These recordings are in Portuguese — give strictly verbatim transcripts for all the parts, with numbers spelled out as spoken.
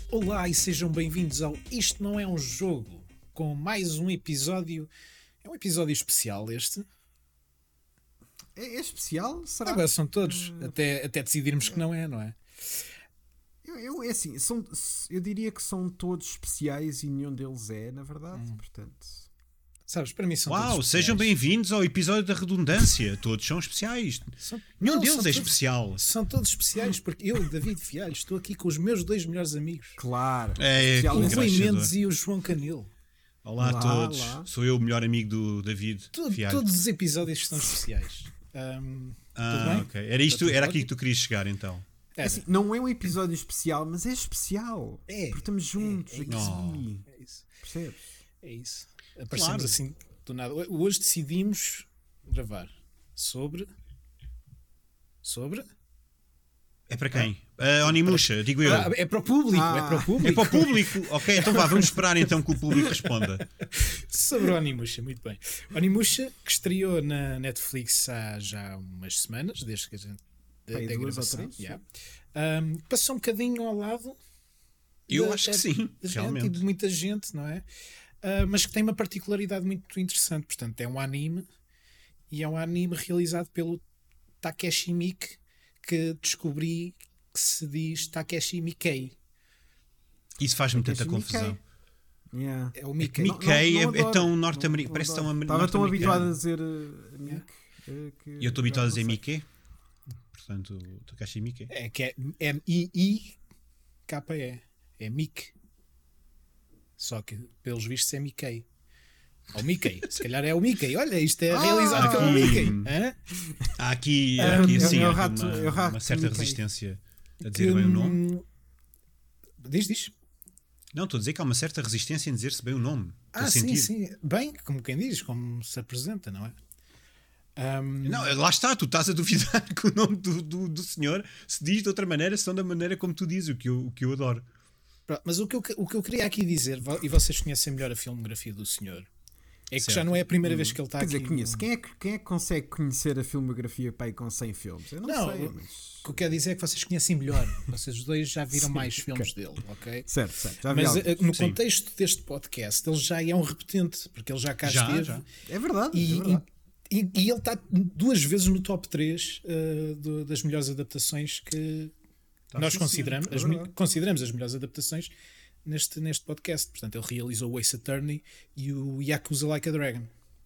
Olá e sejam bem-vindos ao Isto Não É Um Jogo, com mais um episódio. É um episódio especial este. É, é especial? Será? Agora são todos, uh, até, até decidirmos que não é, não é? Eu, eu, é assim, são, eu diria que são todos especiais e nenhum deles é, na verdade, hum. portanto... Sabes, para mim são Uau, todos sejam bem-vindos ao episódio da redundância. Todos são especiais. São, Nenhum não, deles é todos, especial. São todos especiais porque eu, David Fialho, estou aqui com os meus dois melhores amigos. Claro. É, é, o Rui Mendes e o João Canelo. Olá, olá a todos. Olá. Sou eu o melhor amigo do David Todo, Fialho. Todos os episódios são especiais. Um, ah, tudo bem? Ok. Era, isto, era aqui que tu querias chegar, então. É assim, não é um episódio especial, mas é especial. É. Porque estamos juntos é, é aqui. Oh. É isso. Percebes? É isso. Aparecemos claro. assim... Do nada. Hoje decidimos gravar sobre. Sobre. É para quem? Ah, uh, Onimusha, para... digo eu. Ah, é para o público. Ah. É para o público. É para o público. Ok, então vá, vamos esperar então que o público responda. Sobre o Onimusha, muito bem. Onimusha, que estreou na Netflix há já umas semanas, desde que a gente. Da, da gravação. Yeah. Um, passou um bocadinho ao lado. Eu da, acho que sim. Da realmente. Gente, e de muita gente, não é? Uh, mas que tem uma particularidade muito interessante. Portanto, é um anime e é um anime realizado pelo Takeshi Miike, que descobri que se diz Takeshi Miike. Isso faz-me tanta confusão. Yeah. É o Miike. Miike é, é tão norte-americano. Parece tão americano. Estava tão habituado a dizer uh, Miike. Yeah. Que eu estou habituado a dizer Miike. Portanto, Takeshi Miike. É que é M I I K E. É Miike. Só que, pelos vistos, é Mickey. Ou Mickey. Se calhar é o Mickey. Olha, isto é realizado ah, pelo Mickey. Hã? Há aqui, há aqui assim, eu, eu rato, uma, eu rato uma certa Mickey. resistência a dizer que, bem o nome. Diz, diz. Não, estou a dizer que há uma certa resistência em dizer-se bem o nome. Ah, sim, sim. Bem, como quem diz, como se apresenta, não é? Um... Não, lá está, tu estás a duvidar que o nome do, do, do senhor se diz de outra maneira, se não da maneira como tu dizes, o que eu, o que eu adoro. Mas o que, eu, o que eu queria aqui dizer, e vocês conhecem melhor a filmografia do senhor, é que certo. já não é a primeira vez que ele está Quer aqui. Quer dizer, conheço. Quem é, que, quem é que consegue conhecer a filmografia pai, com cem filmes? Eu não, não sei. O, mas... o que eu quero dizer é que vocês conhecem melhor. Vocês dois já viram Sim, mais filmes okay. dele, ok? Certo, certo. Já mas vi no Sim. contexto deste podcast, ele já é um repetente, porque ele já cá já, esteve. Já. É verdade. E, é verdade. E, e, e ele está duas vezes no top três uh, do, das melhores adaptações que tá nós consideramos, é as, consideramos as melhores adaptações. Neste, neste podcast. Portanto, ele realizou o Ace Attorney e o Yakuza Like a Dragon.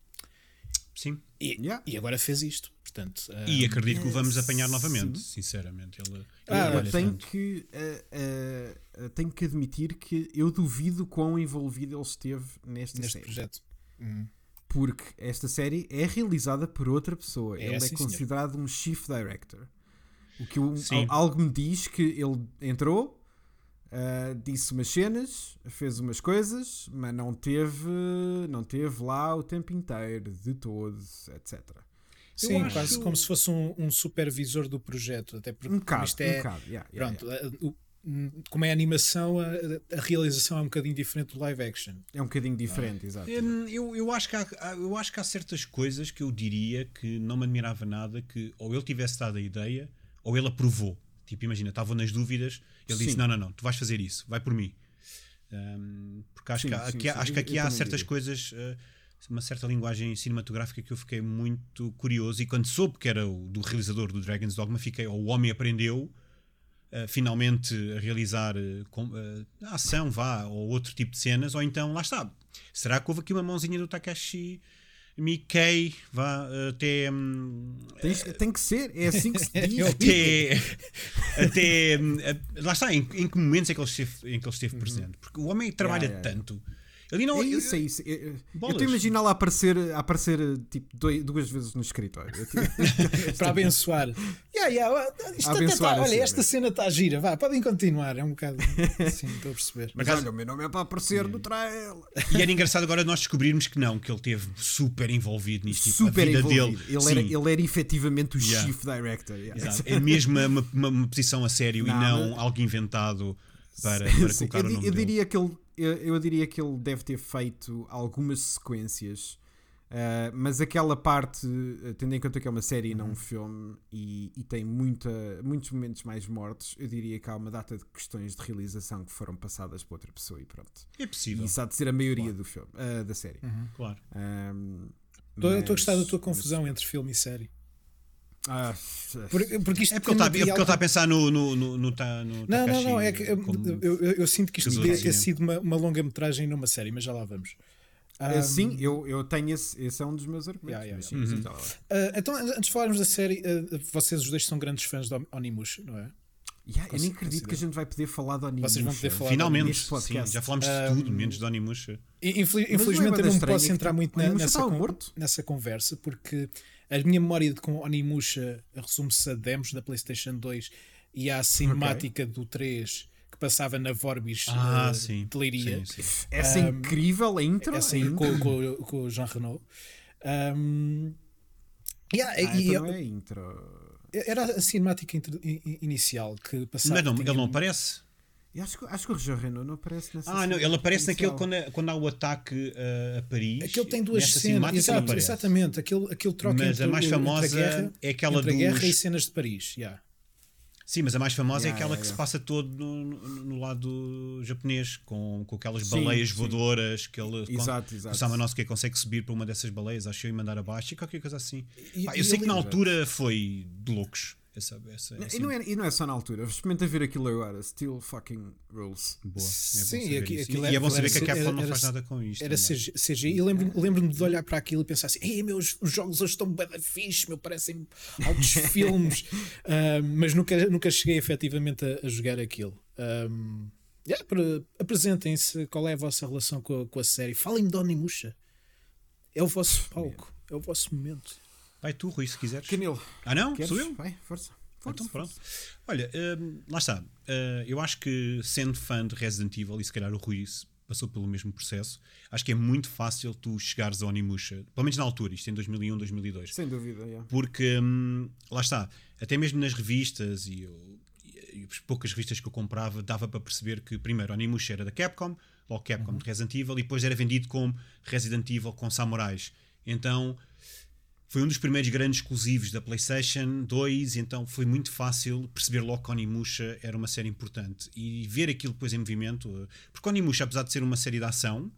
Sim. E, yeah. e agora fez isto. Portanto, e um, acredito que o vamos apanhar sim. novamente, sinceramente. Ele, ele ah, eu tenho que, uh, uh, tenho que admitir que eu duvido quão envolvido ele esteve nesta neste série. projeto. Uhum. Porque esta série é realizada por outra pessoa. É, ele sim, é considerado senhor. um chief director. O que eu, algo me diz que ele entrou, Uh, disse umas cenas, fez umas coisas, mas não teve, não teve lá o tempo inteiro, de todos, etcétera. Sim, acho... quase como se fosse um, um supervisor do projeto, até porque um bocado, isto é, um bocado, yeah, yeah, pronto, yeah. O, como é animação, a, a realização é um bocadinho diferente do live action. É um bocadinho diferente, ah. exato. Eu, eu, acho que há, eu acho que há certas coisas que eu diria que não me admirava nada que ou ele tivesse dado a ideia ou ele aprovou. Tipo, imagina, estavam nas dúvidas, ele sim. disse, não, não, não, tu vais fazer isso, vai por mim. Um, porque acho sim, que, sim, aqui, sim. acho que aqui eu há certas diria. coisas, uh, uma certa linguagem cinematográfica que eu fiquei muito curioso, e quando soube que era o do realizador do Dragon's Dogma, fiquei, ou o homem aprendeu uh, finalmente a realizar uh, com, uh, a ação, vá, ou outro tipo de cenas, ou então, lá está, será que houve aqui uma mãozinha do Takeshi Miike, vá até. Hum, Tens, tem que ser, é assim que se diz. Até. até lá está, em, em que momentos é que ele esteve, em que ele esteve uhum. presente? Porque o homem trabalha yeah, yeah. tanto. Ele não, é isso, ele, é isso. Eu estou a imaginar lá aparecer, a aparecer tipo, dois, duas vezes no escritório. Para abençoar. Yeah, yeah, isto abençoar tá, olha, esta mesmo. Cena está gira, vá, podem continuar. É um bocado. Sim, estou a perceber. Mas, Mas olha, o meu nome é para aparecer no trailer. E era engraçado agora nós descobrirmos que não, que ele esteve super envolvido nisto. Tipo, super a vida envolvido. dele. Ele, era, ele era efetivamente o yeah. chief director. Yeah. Exato. É mesmo uma, uma, uma posição a sério não, e não mas... algo inventado para, para colocar eu, o nome eu dele. diria que ele Eu, eu diria que ele deve ter feito algumas sequências Uh, mas aquela parte, tendo em conta que é uma série e não um filme, e, e tem muita, muitos momentos mais mortos, eu diria que há uma data de questões de realização que foram passadas por outra pessoa e pronto. É possível. E isso há de ser a maioria claro. do filme, uh, da série. Uhum. Claro. Estou um, a gostar da tua confusão mas... entre filme e série. Ah, porque, porque isto é porque ele está que... a pensar no, no, no, no, no Não, não, não, é que eu, eu, eu sinto que isto podia ter sido uma, uma longa-metragem numa série, mas já lá vamos. Um, Sim, eu, eu tenho esse, esse é um dos meus argumentos. Yeah, yeah, sim, yeah. Uhum. uh, então, antes de falarmos da série, uh, vocês os dois são grandes fãs de Onimusha, não é? Yeah, eu nem acredito que a gente vai poder falar de Onimusha. Vocês vão poder falar finalmente, sim, já falámos de tudo, um, menos de Onimusha. Infeliz, infelizmente eu não posso entrar muito na, nessa, con nessa conversa, porque a minha memória de com Onimusha resume-se a demos da PlayStation dois e à cinemática okay. do três que passava na Vorbis ah, uh, sim. de Leiria. Sim, sim. Essa um, incrível a intro. Essa aí com, com, com o Jean Renault. Um, yeah, ah, e, então não é a intro. Era a cinemática inicial que passava. Mas não, tinha... ele não aparece. Eu acho, que, acho que o Jean Renault não aparece nessa Ah, não, ele aparece naquele quando, é, quando há o ataque uh, a Paris. Aquele tem duas cenas. Exato, exatamente. Aquele, aquele troca mas entre, a mais famosa entre a guerra, é aquela entre a dos... guerra e cenas de Paris. Yeah. Sim, mas a mais famosa yeah, é aquela yeah, que yeah. se passa todo no, no, no lado japonês, com, com aquelas sim, baleias sim. voadoras que ele exato, com, exato. o Samanosuke consegue subir para uma dessas baleias, acho eu, e mandar abaixo e qualquer coisa assim. E, Pá, eu e sei que na lembro. altura foi de loucos. Essa, essa, não, essa... E, não é, e não é só na altura, experimenta ver aquilo agora. Still fucking rules. Boa. É sim, aqui, e, e é bom saber que a Capcom era, não faz nada com isto. Era C G I e lembro-me lembro de olhar para aquilo e pensar assim: ei, meus os jogos hoje estão bem fixe, meu, parecem altos filmes. Uh, mas nunca, nunca cheguei efetivamente a, a jogar aquilo. Um, yeah, apresentem-se, qual é a vossa relação com a, com a série? Falem-me de Onimusha. É o vosso palco, é o vosso momento. Vai tu, Rui, se quiseres. Canelo. Ah, não? Queres? Sou eu? Vai, força. força então, pronto. Força. Olha, uh, lá está. Uh, eu acho que, sendo fã de Resident Evil, e se calhar o Rui passou pelo mesmo processo, acho que é muito fácil tu chegares a Onimusha, pelo menos na altura, isto em dois mil e um, dois mil e dois. Sem dúvida, yeah. Porque, um, lá está, até mesmo nas revistas e, e, e as poucas revistas que eu comprava, dava para perceber que, primeiro, Onimusha era da Capcom, logo Capcom uhum. de Resident Evil, e depois era vendido como Resident Evil com samurais. Então... foi um dos primeiros grandes exclusivos da PlayStation dois, então foi muito fácil perceber logo que Onimusha era uma série importante. E ver aquilo depois em movimento, porque Onimusha, apesar de ser uma série de ação,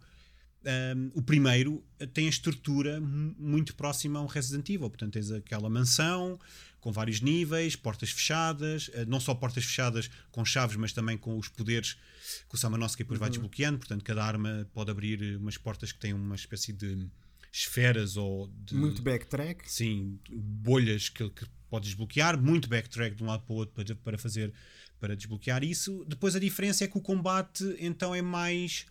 um, o primeiro tem a estrutura muito próxima a um Resident Evil. Portanto, tens aquela mansão com vários níveis, portas fechadas, não só portas fechadas com chaves, mas também com os poderes que o Samanosuke depois vai desbloqueando. Portanto, cada arma pode abrir umas portas que têm uma espécie de esferas ou de, muito backtrack, sim, bolhas que, que podes desbloquear, muito backtrack de um lado para o outro para, para fazer, para desbloquear isso. Depois a diferença é que o combate então é mais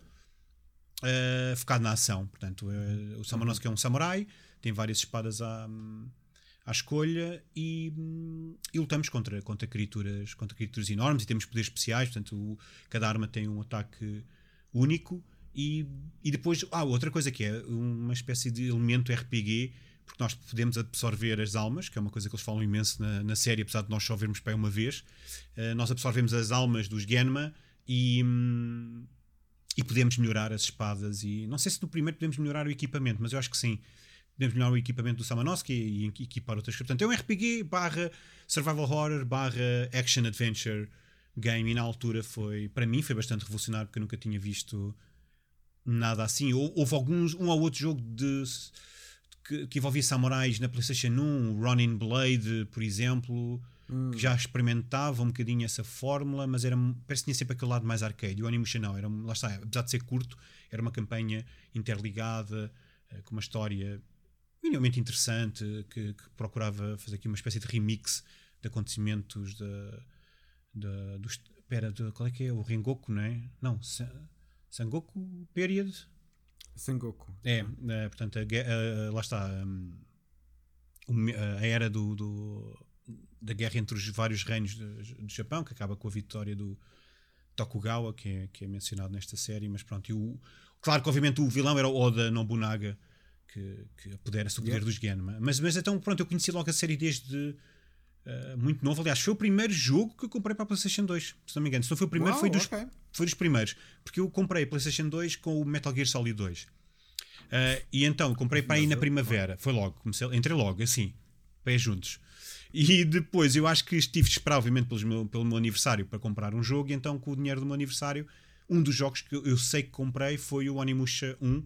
uh, focado na ação. Portanto, uh, o Samanosuke é um samurai, tem várias espadas à, à escolha e, e lutamos contra, contra, criaturas, contra criaturas enormes e temos poderes especiais. Portanto, o, cada arma tem um ataque único. E, e depois, ah, outra coisa que é uma espécie de elemento R P G, porque nós podemos absorver as almas, que é uma coisa que eles falam imenso na, na série, apesar de nós só vermos para aí uma vez. Uh, nós absorvemos as almas dos Genma e, hum, e podemos melhorar as espadas. E não sei se no primeiro podemos melhorar o equipamento, mas eu acho que sim. Podemos melhorar o equipamento do Samanosuke e, e equipar outras coisas. Portanto, é um R P G barra survival horror barra action adventure game, e na altura foi, para mim, foi bastante revolucionário, porque eu nunca tinha visto nada assim. Houve alguns, um ou outro jogo de, que, que envolvia samurais na PlayStation um, Ronin Blade, por exemplo, hum. que já experimentava um bocadinho essa fórmula, mas era, parece que tinha sempre aquele lado mais arcade. E o Onimusha não, era, lá está, apesar de ser curto, era uma campanha interligada, com uma história minimamente interessante, que, que procurava fazer aqui uma espécie de remix de acontecimentos da, da, do, pera, de, qual é que é? O Rengoku, não é? Não, Sengoku Period? Sengoku. É, é portanto, a, a, lá está um, a era do, do, da guerra entre os vários reinos do, do Japão, que acaba com a vitória do Tokugawa, que é, que é mencionado nesta série, mas pronto, e o, claro que obviamente o vilão era o Oda Nobunaga, que, que apodera-se do poder yeah. dos Genma, mas, mas então pronto, eu conheci logo a série desde Uh, muito novo. Aliás, foi o primeiro jogo que eu comprei para a PlayStation dois, se não me engano. Se não foi o primeiro, Uau, foi, dos, okay. foi dos primeiros. Porque eu comprei a PlayStation dois com o Metal Gear Solid dois. Uh, e então comprei para aí na primavera. Foi logo, comecei, entrei logo, assim, pés juntos. E depois eu acho que tive de esperar, obviamente, pelo meu, pelo meu aniversário para comprar um jogo. E então, com o dinheiro do meu aniversário, um dos jogos que eu sei que comprei foi o Onimusha um.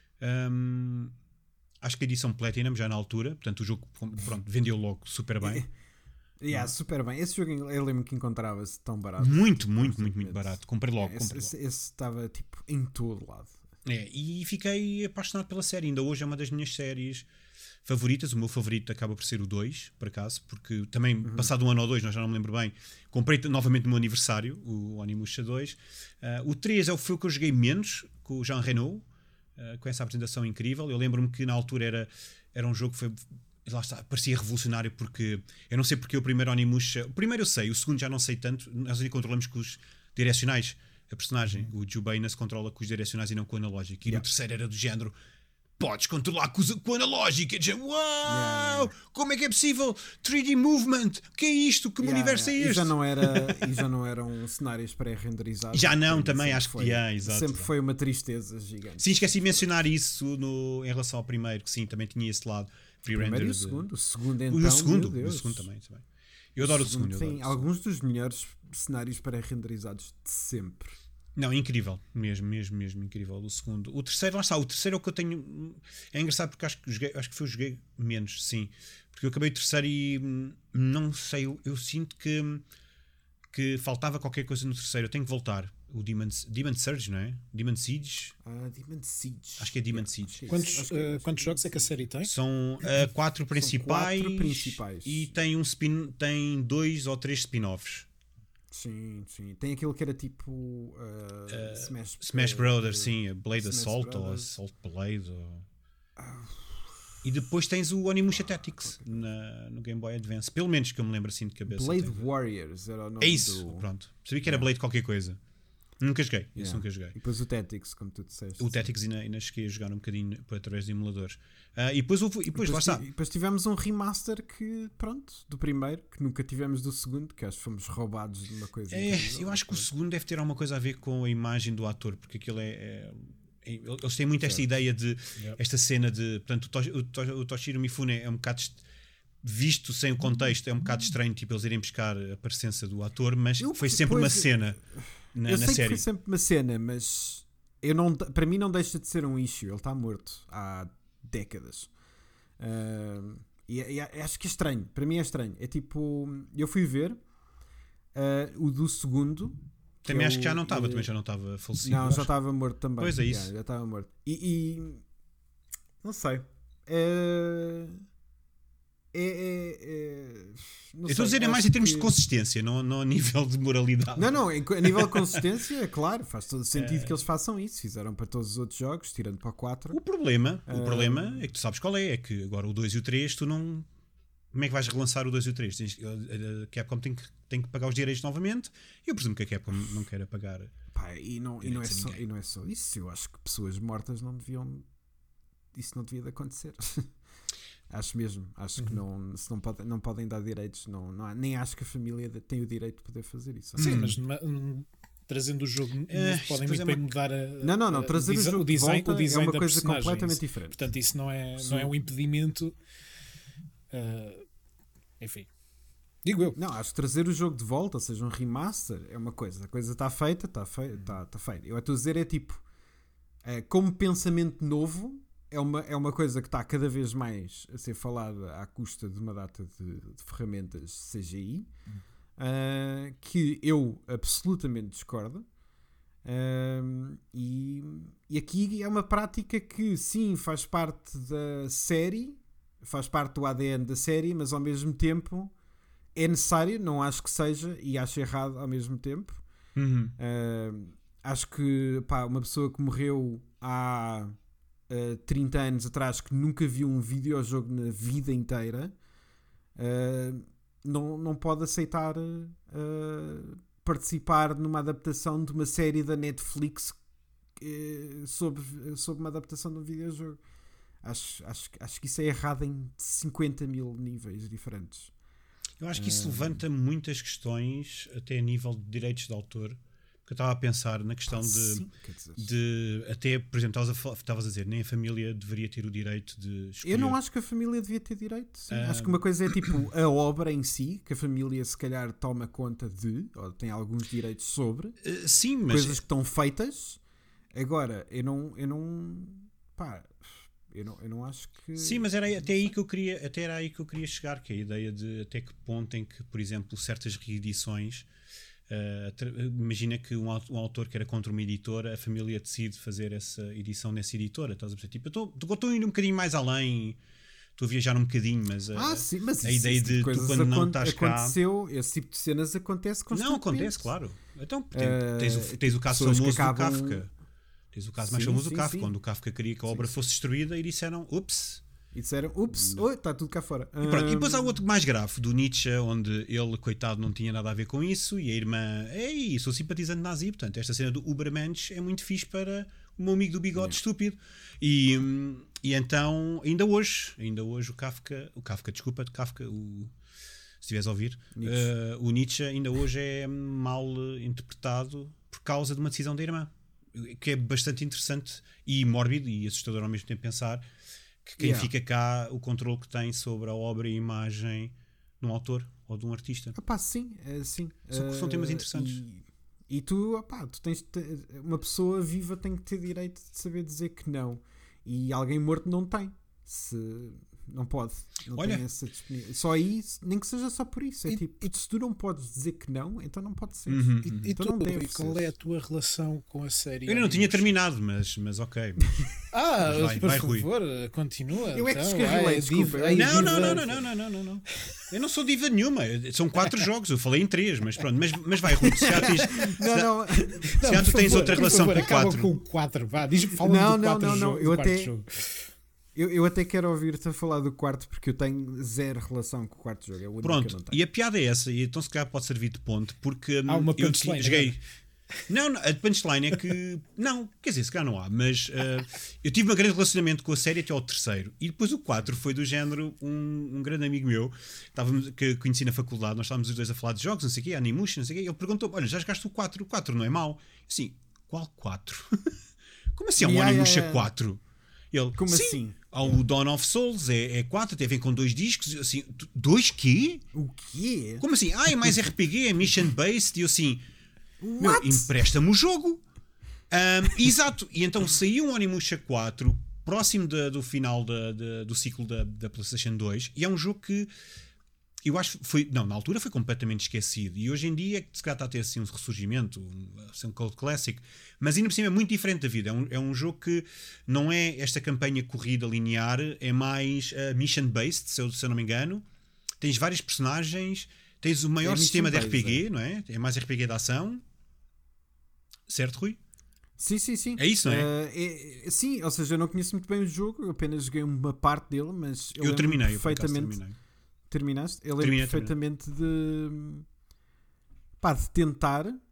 Um, acho que a edição Platinum, já na altura. Portanto, o jogo pronto, vendeu logo super bem. Yeah, super bem. Esse jogo eu lembro que encontrava-se tão barato. Muito, muito, muito, muito barato. Comprei logo. É, esse estava tipo em todo lado. É, e fiquei apaixonado pela série. Ainda hoje é uma das minhas séries favoritas. O meu favorito acaba por ser o dois, por acaso, porque também, uhum. passado um ano ou dois, nós já não me lembro bem, comprei novamente no meu aniversário o Onimusha dois. Uh, o três é o filme que eu joguei menos, com o Jean Reno, uh, com essa apresentação incrível. Eu lembro-me que na altura era, era um jogo que foi... Lá está, parecia revolucionário, porque eu não sei porque o primeiro Onimusha, o primeiro eu sei, o segundo já não sei tanto. Nós ainda controlamos com os direcionais a personagem, uhum. o Jubaina se controla com os direcionais e não com o analógico, e yeah. no terceiro era do género, podes controlar com, com o analógico, e dizer, uau, yeah, yeah. como é que é possível três D movement, o que é isto, que yeah, universo yeah. é este? E já não, era, e já não eram cenários pré-renderizados. Já não, também acho foi, que yeah, exato, sempre exato. Foi uma tristeza gigante. Sim, esqueci de mencionar isso no, em relação ao primeiro, que sim, também tinha esse lado. Primeiro e o segundo. O segundo, então, o segundo, o segundo também, também. Eu adoro o segundo. Tem adoro alguns dos melhores cenários pré-renderizados de sempre. Não, incrível, mesmo, mesmo, mesmo incrível. O segundo, o terceiro, lá está. O terceiro é o que eu tenho. É engraçado porque acho que joguei, acho que foi o joguei menos, sim. Porque eu acabei o terceiro e não sei, eu, eu sinto que, que faltava qualquer coisa no terceiro. Eu tenho que voltar. O Demon, Demon Surge, não é? Demon Siege? Ah, Demon Siege. Acho que é Demon yeah, Siege. Quantos, uh, quantos jogos é que a série tem? São uh, quatro, principais, quatro principais e tem, um spin, tem dois ou três spin-offs. Sim, sim. Tem aquele que era tipo uh, uh, Smash, Smash Brothers, uh, sim. Blade Smash Assault Brothers. ou Assault Blade. Ou... Ah. E depois tens o Onimusha Tactics ah, okay. na, no Game Boy Advance. Pelo menos que eu me lembro assim de cabeça. Blade Warriors era o nome. É isso, do... pronto. Sabia que era yeah. Blade qualquer coisa. Nunca joguei, yeah. isso nunca joguei. E depois o Tactics, como tu disseste. O Tactics ainda, ainda cheguei a jogar um bocadinho por através de emuladores. Uh, e depois, houve, e depois, e depois lá está. E depois tivemos um remaster que, pronto, do primeiro, que nunca tivemos do segundo, que acho que fomos roubados de uma coisa. É, eu acho que o segundo deve ter alguma coisa a ver com a imagem do ator, porque aquilo é... é... Eles têm muito esta certo. ideia de... Yep. Esta cena de... Portanto, o, Tosh, o Toshiro Mifune é um bocado... Visto sem o contexto, é um bocado estranho, tipo, eles irem buscar a presença do ator, mas eu, foi sempre uma cena... Na, eu na sei série. que foi sempre uma cena, mas eu não, para mim não deixa de ser um issue. Ele está morto há décadas. Uh, e, e acho que é estranho. Para mim é estranho. É tipo, eu fui ver uh, o do segundo. Que também é acho o, que já não estava, uh, também já não estava falecido. Não, já estava morto também. Pois é, isso. Já, já estava morto. E, e não sei. Uh, É, é, é, eu estou a dizer é mais em termos que... de consistência, não, não a nível de moralidade. Não, não, a nível de consistência, é claro, faz todo sentido é... que eles façam isso. Fizeram para todos os outros jogos, tirando para o quatro. O problema, uh... o problema é que tu sabes qual é, é que agora o dois e o três tu não... Como é que vais relançar o dois e o três? A Capcom tem que, tem que pagar os direitos novamente e eu presumo que a Capcom não queira pagar. Pá, e, não, e, não é só, e não é só isso, eu acho que pessoas mortas não deviam... Isso não devia de acontecer. Acho mesmo, acho uhum. que não, se não, pode, não podem dar direitos, não, não há, nem acho que a família tem o direito de poder fazer isso. Sim, hum. mas um, trazendo o jogo novo, é, podem muito bem mudar a, não, não, não, trazer a, o jogo o design, de volta o design é uma da coisa personagem. completamente isso. diferente. Portanto, isso não é, não é um impedimento. Uh, enfim, digo eu. Não, acho que trazer o jogo de volta, ou seja, um remaster, é uma coisa. A coisa está feita, está feita, está, está feita. Eu estou a dizer é tipo, é, como pensamento novo. É uma, é uma coisa que está cada vez mais a ser falada à custa de uma data de, de ferramentas C G I, hum. uh, que eu absolutamente discordo. Uh, e, e aqui é uma prática que, sim, faz parte da série, faz parte do A D N da série, mas ao mesmo tempo é necessário, não acho que seja, e acho errado ao mesmo tempo. Uhum. Uh, acho que pá, uma pessoa que morreu há... Uh, trinta anos atrás, que nunca viu um videojogo na vida inteira, uh, não, não pode aceitar uh, participar numa adaptação de uma série da Netflix uh, sobre, sobre uma adaptação de um videojogo. Acho, acho, acho que isso é errado em cinquenta mil níveis diferentes. Eu acho que isso uh, levanta muitas questões, até a nível de direitos de autor. Porque eu estava a pensar na questão ah, de, sim, de. Até, por exemplo, estavas a, a dizer, nem a família deveria ter o direito de escolher. Eu não acho que a família devia ter direito. Sim. Ah, acho que uma coisa é tipo a obra em si, que a família se calhar toma conta de, ou tem alguns direitos sobre. Uh, sim, mas. Coisas que estão feitas. Agora, eu não. Eu não pá. Eu não, eu não acho que. Sim, mas era até aí que eu queria, até era aí que eu queria chegar, que é a ideia de até que ponto em que, por exemplo, certas reedições. Uh, imagina que um, um autor que era contra uma editora, a família decide fazer essa edição nessa editora. Estás a perceber? Tipo, eu estou indo um bocadinho mais além, estou a viajar um bocadinho, mas, uh, ah, sim, mas a ideia de tu quando não estás cá. Aconteceu, esse tipo de cenas acontece constantemente. Não, acontece, claro. Então tem, uh, tens, o, tens o caso famoso acabam... do Kafka. Tens o caso sim, mais famoso sim, do Kafka, sim. quando o Kafka queria que a obra sim, fosse destruída e disseram, ups. E disseram, ups, oi, está tudo cá fora. E, pronto, um... e depois há outro mais grave, do Nietzsche, onde ele, coitado, não tinha nada a ver com isso, e a irmã, ei, sou simpatizante nazi, portanto, esta cena do Ubermensch é muito fixe para o meu amigo do bigode é. estúpido. E, e então, ainda hoje, ainda hoje o Kafka, o Kafka, desculpa, Kafka, o, se estiveres a ouvir, Nietzsche. Uh, o Nietzsche ainda hoje é mal interpretado por causa de uma decisão da irmã, que é bastante interessante e mórbido e assustador ao mesmo tempo pensar que quem yeah. fica cá, o controle que tem sobre a obra e a imagem de um autor ou de um artista. Ah, pá, sim, é, sim. São, uh, são temas interessantes. E, e tu, opá, tu tens uma pessoa viva tem que ter direito de saber dizer que não. E alguém morto não tem. Se não pode. Não Olha, tem essa disponibilidade. Só aí, nem que seja só por isso. É e, tipo, e, se tu não podes dizer que não, então não pode ser. Uhum, e, então tu, não deve qual ser. É a tua relação com a série? Eu ainda não tinha terminado, mas, mas ok. Mas, ah, mas vai, por vai, favor, Rui. Continua. Eu é que então, descarrilei, desculpa. Diva, não, não, não, não, não, não, não, não, não. Eu não sou diva nenhuma. São quatro jogos. Eu falei em três, mas pronto. Mas, mas vai, Rui. Se já tens, não, não. Se já tu tens favor, outra relação favor, com o quatro. com o quatro. Vá, diz, fala não, do não, quatro não, não. Jogo, Eu até. Jogo. Eu, eu até quero ouvir-te a falar do quarto porque eu tenho zero relação com o quarto jogo. É o único Pronto, que eu não tenho. E a piada é essa, e então se calhar pode servir de ponto, porque há uma eu punchline, joguei. Não, não, a punchline é que. Não, quer dizer, se calhar não há, mas uh, eu tive um grande relacionamento com a série até ao terceiro. E depois o quatro foi do género. Um, um grande amigo meu, estávamos, que conheci na faculdade, nós estávamos os dois a falar de jogos, não sei o quê, Animush, não sei o quê. Ele perguntou: olha, já jogaste o quatro? O quatro não é mau? Assim, qual quatro? Como assim há um yeah, Animush yeah, yeah. quatro? Ele, como sim, assim? Há o Dawn of Souls, é, é quatro, até vem com dois discos. Assim, dois quê? O quê? Como assim? Ah, é mais R P G, é mission based. E eu assim, meu, empresta-me o jogo. Um, exato. E então saiu um Onimusha quatro, próximo de, do final de, de, do ciclo da, da PlayStation dois. E é um jogo que eu acho que foi, não, na altura foi completamente esquecido. E hoje em dia é que se calhar está a ter assim um ressurgimento, um, assim, um cult classic. Mas ainda por cima é muito diferente da vida. É um, é um jogo que não é esta campanha corrida linear, é mais uh, mission based, se eu, se eu não me engano. Tens vários personagens, tens o maior é sistema de R P G, é. Não é? É mais R P G de ação. Certo, Rui? Sim, sim, sim. É isso, não é? Uh, é? Sim, ou seja, eu não conheço muito bem o jogo, eu apenas joguei uma parte dele, mas eu, eu terminei, perfeitamente. Eu terminei. Terminaste? Eu lembro terminei, perfeitamente terminei. de pá, de tentar uh,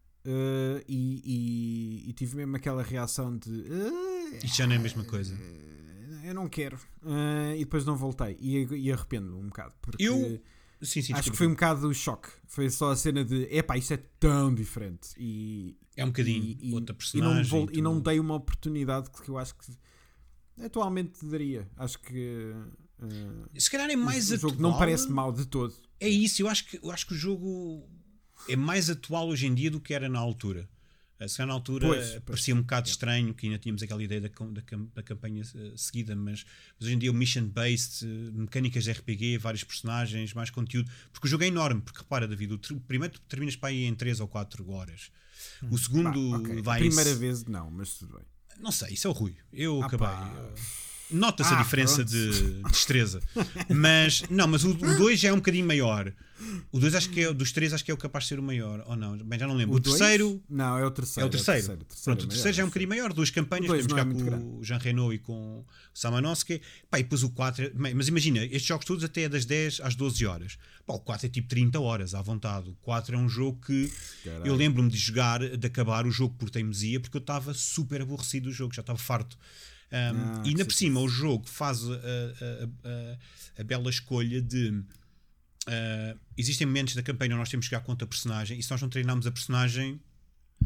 e, e, e tive mesmo aquela reação de uh, isto já não é a mesma coisa. Uh, eu não quero. Uh, e depois não voltei. E, e arrependo-me um bocado. Porque eu sim, sim, acho que foi um bocado o choque. Foi só a cena de epá, isto é tão diferente. E, é um bocadinho e, outra e, personagem. E não, vol- tu... e não dei uma oportunidade que eu acho que atualmente daria. Acho que Uh, se calhar é mais o, atual. O jogo não parece mau de todo. É isso, eu acho, que, eu acho que o jogo é mais atual hoje em dia do que era na altura. Se calhar na altura pois, pois, parecia um bocado é. estranho, que ainda tínhamos aquela ideia da, da, da campanha uh, seguida, mas, mas hoje em dia o mission-based, uh, mecânicas de R P G, vários personagens, mais conteúdo, porque o jogo é enorme, porque repara, David, o, tr- o primeiro tu terminas para aí em três ou quatro horas. Hum. O segundo bah, okay. vai... A primeira vez não, mas tudo bem. Não sei, isso é o Rui. Eu ah, acabei... Pá. Nota-se ah, a diferença de destreza. Mas, não, mas o dois já é um bocadinho maior. O dois acho que é, dos três acho que é o capaz de ser o maior. Ou não, bem, já não lembro. O, o terceiro... Não, é o terceiro. É o terceiro. É o terceiro, o terceiro Pronto, é o terceiro já é um bocadinho maior. Duas campanhas, podemos jogar é com grande. o Jean Reno e com o Samanovsky. Pá, e depois o quatro... Mas imagina, estes jogos todos até é das dez às doze horas. Pá, o quatro é tipo trinta horas, à vontade. O quatro é um jogo que... Caralho. Eu lembro-me de jogar, de acabar o jogo por teimosia, porque eu estava super aborrecido do jogo, já estava farto. Um, ah, e ainda por cima o jogo faz a, a, a, a bela escolha de uh, existem momentos da campanha onde nós temos que jogar contra a personagem, e se nós não treinarmos a personagem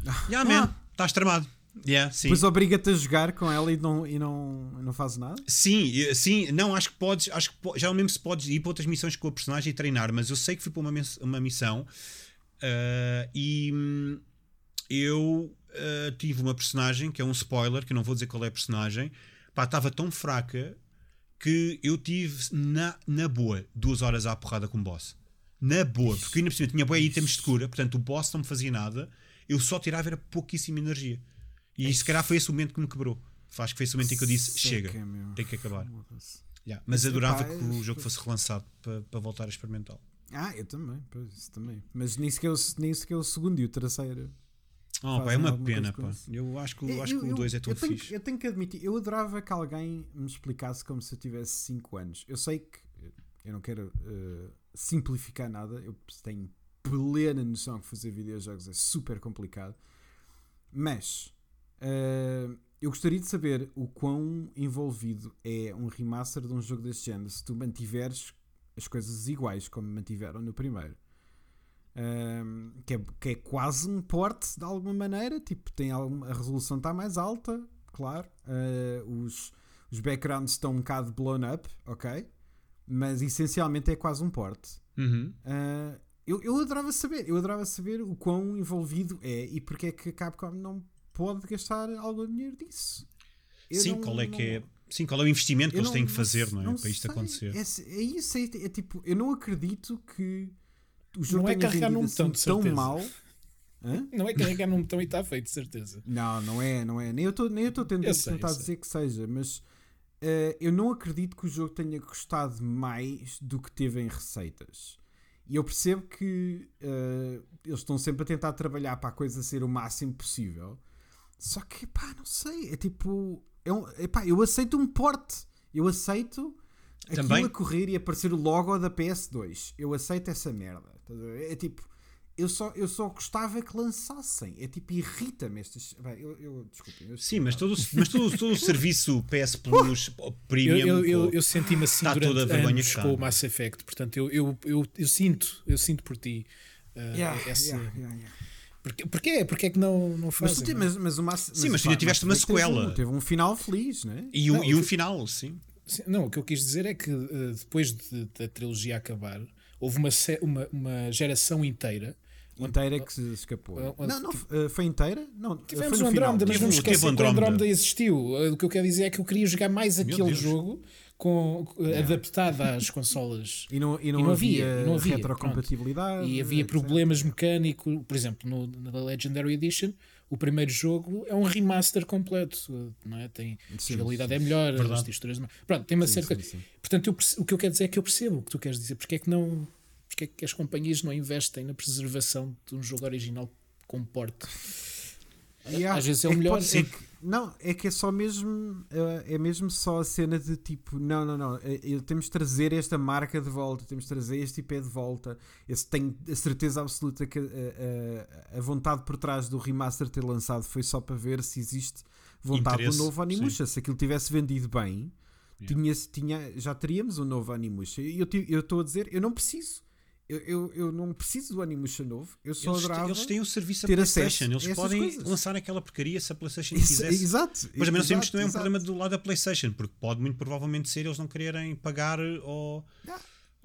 Yeah, man, estás tramado. Yeah, sim. Depois obriga-te a jogar com ela e não, e não, não faz nada? Sim, sim, não, acho que podes, acho que já mesmo se podes ir para outras missões com a personagem e treinar, mas eu sei que fui para uma, uma missão uh, e hum, eu uh, tive uma personagem que é um spoiler, que eu não vou dizer qual é a personagem, pá, estava tão fraca que eu tive na, na boa duas horas à porrada com o boss. Na boa, porque ainda por cima tinha boa itens de cura, portanto o boss não me fazia nada, eu só tirava era pouquíssima energia. E se calhar foi esse o momento que me quebrou. Acho que foi esse o momento em que eu disse: chega, tem que acabar. Yeah. Mas adorava que o jogo fosse relançado para, para voltar a experimentá-lo. Ah, eu também, pois, isso também. Mas nem sequer, nem sequer o segundo e o terceiro. Oh, pá, é uma pena, pá. Eu acho que, eu, acho que o dois é tão eu tenho, fixe. Eu tenho que admitir, eu adorava que alguém me explicasse como se eu tivesse cinco anos. Eu sei que eu não quero uh, simplificar nada, eu tenho plena noção que fazer videojogos é super complicado, mas uh, eu gostaria de saber o quão envolvido é um remaster de um jogo deste género se tu mantiveres as coisas iguais como mantiveram no primeiro. Um, que, é, que é quase um port de alguma maneira, tipo, tem alguma, a resolução está mais alta, claro, uh, os, os backgrounds estão um bocado blown up, ok, mas essencialmente é quase um port. Uhum. uh, eu, eu adorava saber eu adorava saber o quão envolvido é e porque é que a Capcom não pode gastar algum dinheiro disso. Eu sim, não, qual é não, que é sim, qual é o investimento que eles têm que fazer, não é? Não para isto sei. acontecer. É, é isso, é, é tipo, eu não acredito que o jogo não é carregar num botão assim tão mal. Hã? Não é carregar num botão e está feito, de certeza. Não, não é, não é. Nem eu estou tentando tentar dizer que seja, mas uh, eu não acredito que o jogo tenha custado mais do que teve em receitas. E eu percebo que uh, eles estão sempre a tentar trabalhar para a coisa ser o máximo possível. Só que, pá, não sei. É tipo, é um, epá, eu aceito um porte. Eu aceito aquilo também a correr e aparecer o logo da P S dois. Eu aceito essa merda. É tipo, eu só, eu só gostava que lançassem. É tipo, irrita-me estas. Bem, eu, eu, desculpem. Eu Sim, mas todo, mas todo, todo o serviço P S Plus Premium. Eu, eu, eu, eu senti-me assim tá durante toda anos com o Mass Effect. Portanto, eu, eu, eu, eu sinto, eu sinto por ti. Uh, yeah, essa, yeah, yeah, yeah. Porque, porquê? Porque é que não, não fazem? Mas, mas, mas o Mass, sim, mas, mas tu já tiveste uma sequela. Teve um, teve um final feliz, né? E um, não, e um que, final, sim. Não, o que eu quis dizer é que uh, depois de, da trilogia acabar, houve uma, uma, uma geração inteira. Inteira que se escapou. Uh, não, não, uh, foi inteira? Não, tivemos foi o Andrómeda, mas vamos esquecer que o Andrómeda existiu. Uh, o que eu quero dizer é que eu queria jogar mais Meu aquele Deus. jogo com, uh, yeah. adaptado às consolas. E não, e não, e não havia, havia, e não havia retrocompatibilidade. Pronto. E havia problemas etcétera mecânicos. Por exemplo, no, na Legendary Edition, o primeiro jogo é um remaster completo, não é? Tem, sim, a jogabilidade sim, é melhor, verdade. As texturas. Pronto, tem uma sim, certa. Sim, sim. Portanto, eu, o que eu quero dizer é que eu percebo o que tu queres dizer. Porque é que não. Porque é que as companhias não investem na preservação de um jogo original com porte? Yeah, às vezes é o é melhor. Pode, é que, não, é que é só mesmo é mesmo só a cena de tipo, não, não, não, é, é, temos de trazer esta marca de volta, temos de trazer este I P de volta. Eu tenho a certeza absoluta que a, a, a vontade por trás do remaster ter lançado foi só para ver se existe vontade do novo Onimusha. Se aquilo tivesse vendido bem, yeah. tinha, tinha, já teríamos um novo Onimusha. E eu estou a dizer, eu não preciso. Eu, eu, eu não preciso do Onimusha novo. Eu só eles, adorava eles têm o serviço da PlayStation. Eles podem coisas. lançar aquela porcaria se a PlayStation quisesse. Exato. Mas também não sabemos que não é um exato. problema do lado da PlayStation, porque pode muito provavelmente ser eles não quererem pagar ou. Não.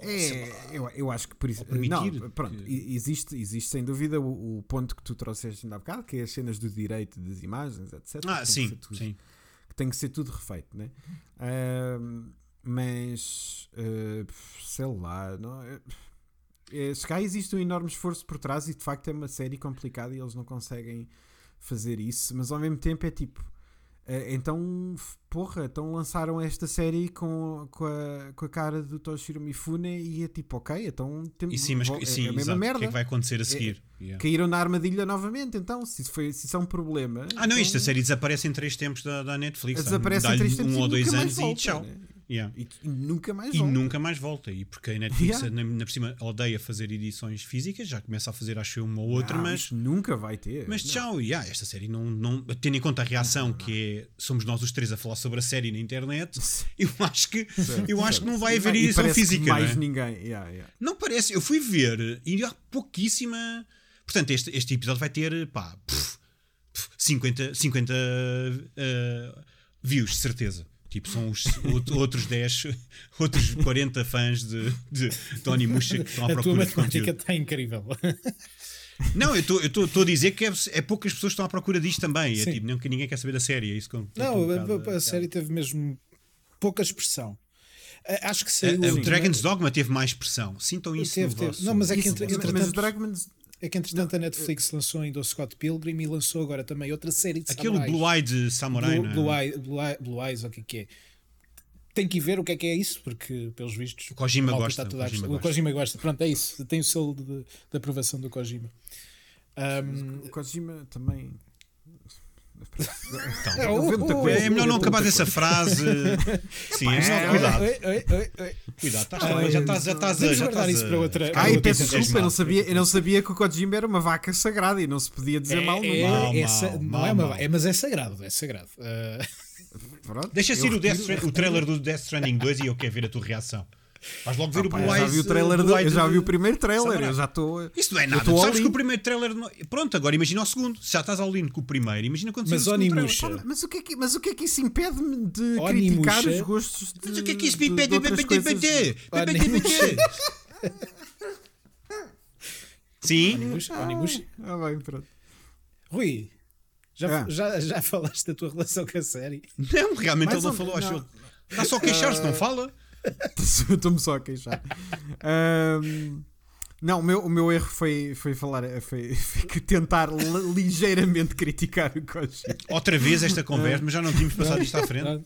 É, eu, eu acho que por isso. Permitir não, pronto, que... existe, existe sem dúvida o, o ponto que tu trouxeste ainda há bocado, que é as cenas do direito das imagens, etcétera. Ah, sim, tudo, sim. Que tem que ser tudo refeito, né? Uh, mas uh, sei lá, não é. Se cá existe um enorme esforço por trás e de facto é uma série complicada e eles não conseguem fazer isso, mas ao mesmo tempo é tipo, então porra, então lançaram esta série com, com, a, com a cara do Toshiro Mifune e é tipo, ok, então temos e sim, mas, é, sim, é a mesma exato. merda. O que é que vai acontecer a seguir? É, yeah. Caíram na armadilha novamente, então se isso, foi, se isso é um problema. Ah não, então, isto a série desaparece em três tempos da, da Netflix, desaparece em três tempos um ou dois anos volta, e tchau. Né? Yeah. E, e nunca mais e volta. nunca mais volta. E porque a Netflix yeah. na, na por cima odeia fazer edições físicas, já começa a fazer acho uma ou outra, não, mas nunca vai ter. Mas não. tchau, yeah, esta série não, não tendo em conta a reação não, não, não. que é somos nós os três a falar sobre a série na internet, eu acho que certo, eu certo. acho que não vai haver e edição física. Mais não é? ninguém. Yeah, yeah. Não parece. Eu fui ver e há pouquíssima. Portanto, este, este episódio vai ter pá, pff, cinquenta, cinquenta uh, views, de certeza. Tipo, são os outros dez, outros quarenta fãs de, de Tony Muxa que estão à procura de conteúdo. A tua matemática está incrível. Não, eu estou a dizer que é, é poucas pessoas que estão à procura disto também. É tipo, não, ninguém quer saber da série. É isso que eu, não, um a, bocado, a, a série teve mesmo pouca expressão. Acho que saiu. A, a, o Dragon's Dogma teve mais pressão. Sintam isso. Teve, no teve. vosso, não, mas é que isso, entre, entretanto, mas Dragons... é que entretanto a Netflix lançou ainda o Scott Pilgrim e lançou agora também outra série de aquele samurais. Blue Eyed Samurai. Blue, Blue, Eye, Blue, Eye, Blue Eyes, o que é que é? Tem que ir ver o que é que é isso, porque pelos vistos o Kojima gosta. Está O Kojima, o gosta. Kojima gosta. Pronto, é isso. Tem o selo de, de aprovação do Kojima. Um, o Kojima também. Então, oh, é melhor não acabar dessa frase. Sim, é, cuidado. Oi, oi, oi, oi. Cuidado, estás também, já estás, já estás a. Já guardar isso para outra. Ai, ah, peço desculpa, eu não, sabia, eu não sabia que o Kojima era uma vaca sagrada e não se podia dizer é, mal no é, mal, é, mal, não mal, é uma mal. é, mas é sagrado, é sagrado. Uh... Pronto, deixa ser o, Death Strand, o trailer do Death Stranding dois e eu quero ver a tua reação. Vais logo ver ah, o Blue Eyes. Já vi o trailer do, eu já vi o primeiro trailer, eu já estou. Isso não é nada. Tu sabes que o primeiro trailer. Não... Pronto, agora imagina o segundo. Se já estás ao lindo com o primeiro, imagina quando mas o segundo trailer. Pá, mas, o que é que, mas o que é que isso impede-me de criticar os gostos de. Mas o que é que isso impede? Sim. Onimusha. Ah, bem, pronto. Rui. Já, ah. já, já falaste da tua relação com a série? Não, realmente ele não falou. Acho ele. Está só a queixar-se, não fala? Estou-me só a queixar. Um, não, o meu, o meu erro foi, foi falar, foi, foi tentar ligeiramente criticar o Kojima. Outra vez esta conversa, mas já não tínhamos passado isto à frente.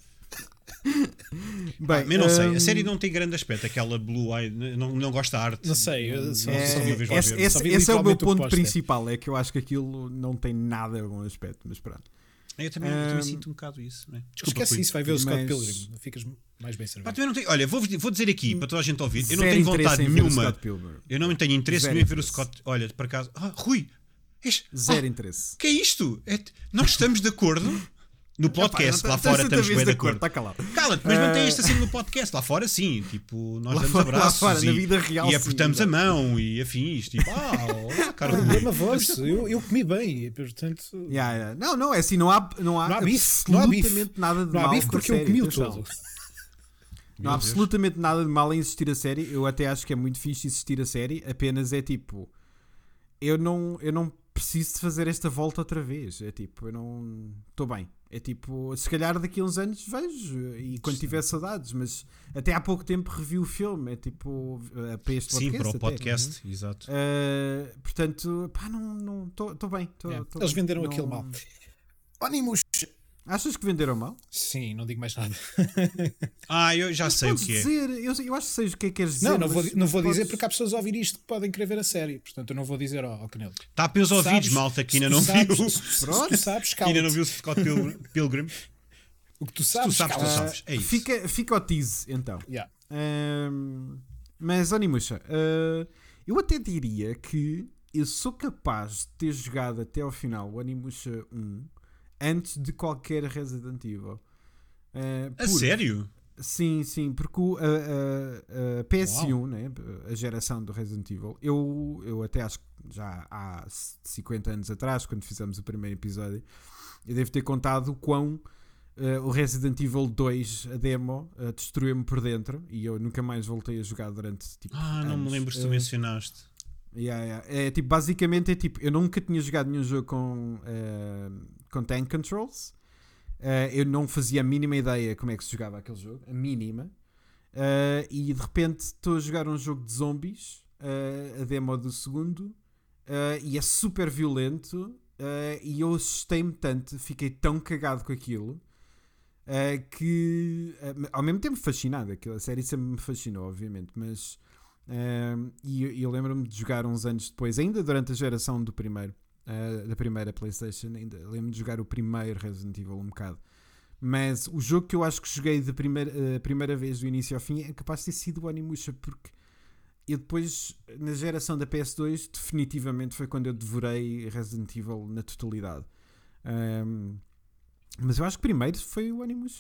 Bem, ah, mas não sei, um... a série não tem grande aspecto. Aquela Blue Eye, não, não gosta de arte. Não sei, eu só, é, só esse, ver, esse, esse é o meu ponto principal. É que eu acho que aquilo não tem nada bom aspecto, mas pronto. Eu também, um, eu também sinto um bocado isso. Né? Desculpa, esquece isso, vai ver o Scott mas... Pilgrim. Ficas mais bem servido. Pá, não tenho, olha, vou, vou dizer aqui para toda a gente ouvir. Eu não tenho vontade nenhuma. Eu não tenho interesse nenhum em ver o Scott. Olha, por acaso. Ah, Rui! Este, Zero ah, interesse. O que é isto? É, nós estamos de acordo. No podcast, lá fora estamos bem de acordo. Tá calado. Cala-te, mas mantém isto assim no podcast. Lá fora, sim. Tipo, nós lá damos fora, abraços lá fora, e, na vida real, e apertamos sim, a mão e afins. Tipo, ah, cara, problema vosso. Eu, eu comi bem, portanto. Yeah, yeah. Não, não, é assim, não há, não há, não há bife, absolutamente não há bife. nada de não mal. Há bife porque eu comi o todo. Não há absolutamente nada de mal em existir a série. Eu até acho que é muito fixe existir a série. Apenas é tipo, eu não, eu não preciso de fazer esta volta outra vez. É tipo, eu não estou bem. É tipo, se calhar daqui a uns anos vejo e quando tiver saudades, mas até há pouco tempo revi o filme, é tipo, uh, para este podcast. Sim, para o podcast, até. Exato. Uh, portanto, pá, não estou não, bem. Tô, yeah. tô Eles bem. venderam não... aquilo mal. Onimusha. Achas que venderam mal? Sim, não digo mais nada. Ah, eu já mas sei o que dizer, é. Eu, eu acho que sei o que é que queres dizer. Não, não vou, não vou podes... dizer porque há pessoas a ouvir isto que podem querer ver a série. Portanto, eu não vou dizer ao, ao Canelo. Está pelos ouvidos, sabes, malta, que ainda não sabes, viu. Se, se, se tu sabes, que ainda não viu o Scott Pilgrim. O que tu sabes, tu sabes, tu sabes. É isso. Fica, fica o tease, então. Yeah. Um, mas, Onimusha, uh, eu até diria que eu sou capaz de ter jogado até ao final o Onimusha um antes de qualquer Resident Evil. Uh, a sério? Sim, sim, porque o, a, a, a P S um, né, a geração do Resident Evil, eu, eu até acho que já há cinquenta anos atrás, quando fizemos o primeiro episódio, eu devo ter contado o quão uh, o Resident Evil dois, a demo, uh, destruiu-me por dentro e eu nunca mais voltei a jogar durante tipo Ah, anos. não me lembro se tu uh, mencionaste. Yeah, yeah. É, tipo, basicamente é tipo, eu nunca tinha jogado nenhum jogo com, uh, com tank controls. Uh, eu não fazia a mínima ideia como é que se jogava aquele jogo, a mínima. Uh, e de repente estou a jogar um jogo de zombies, uh, a demo do segundo, uh, e é super violento. Uh, e eu assustei-me tanto, fiquei tão cagado com aquilo, uh, que uh, ao mesmo tempo fascinado. Aquilo, a série sempre me fascinou, obviamente, mas. Uh, e eu, eu lembro-me de jogar uns anos depois, ainda durante a geração do primeiro, uh, da primeira PlayStation, ainda lembro-me de jogar o primeiro Resident Evil um bocado. Mas o jogo que eu acho que joguei da primeira, uh, primeira vez do início ao fim é capaz de ter sido o Onimusha, porque eu depois, na geração da P S dois, definitivamente foi quando eu devorei Resident Evil na totalidade. Um, mas eu acho que primeiro foi o Onimusha, yeah.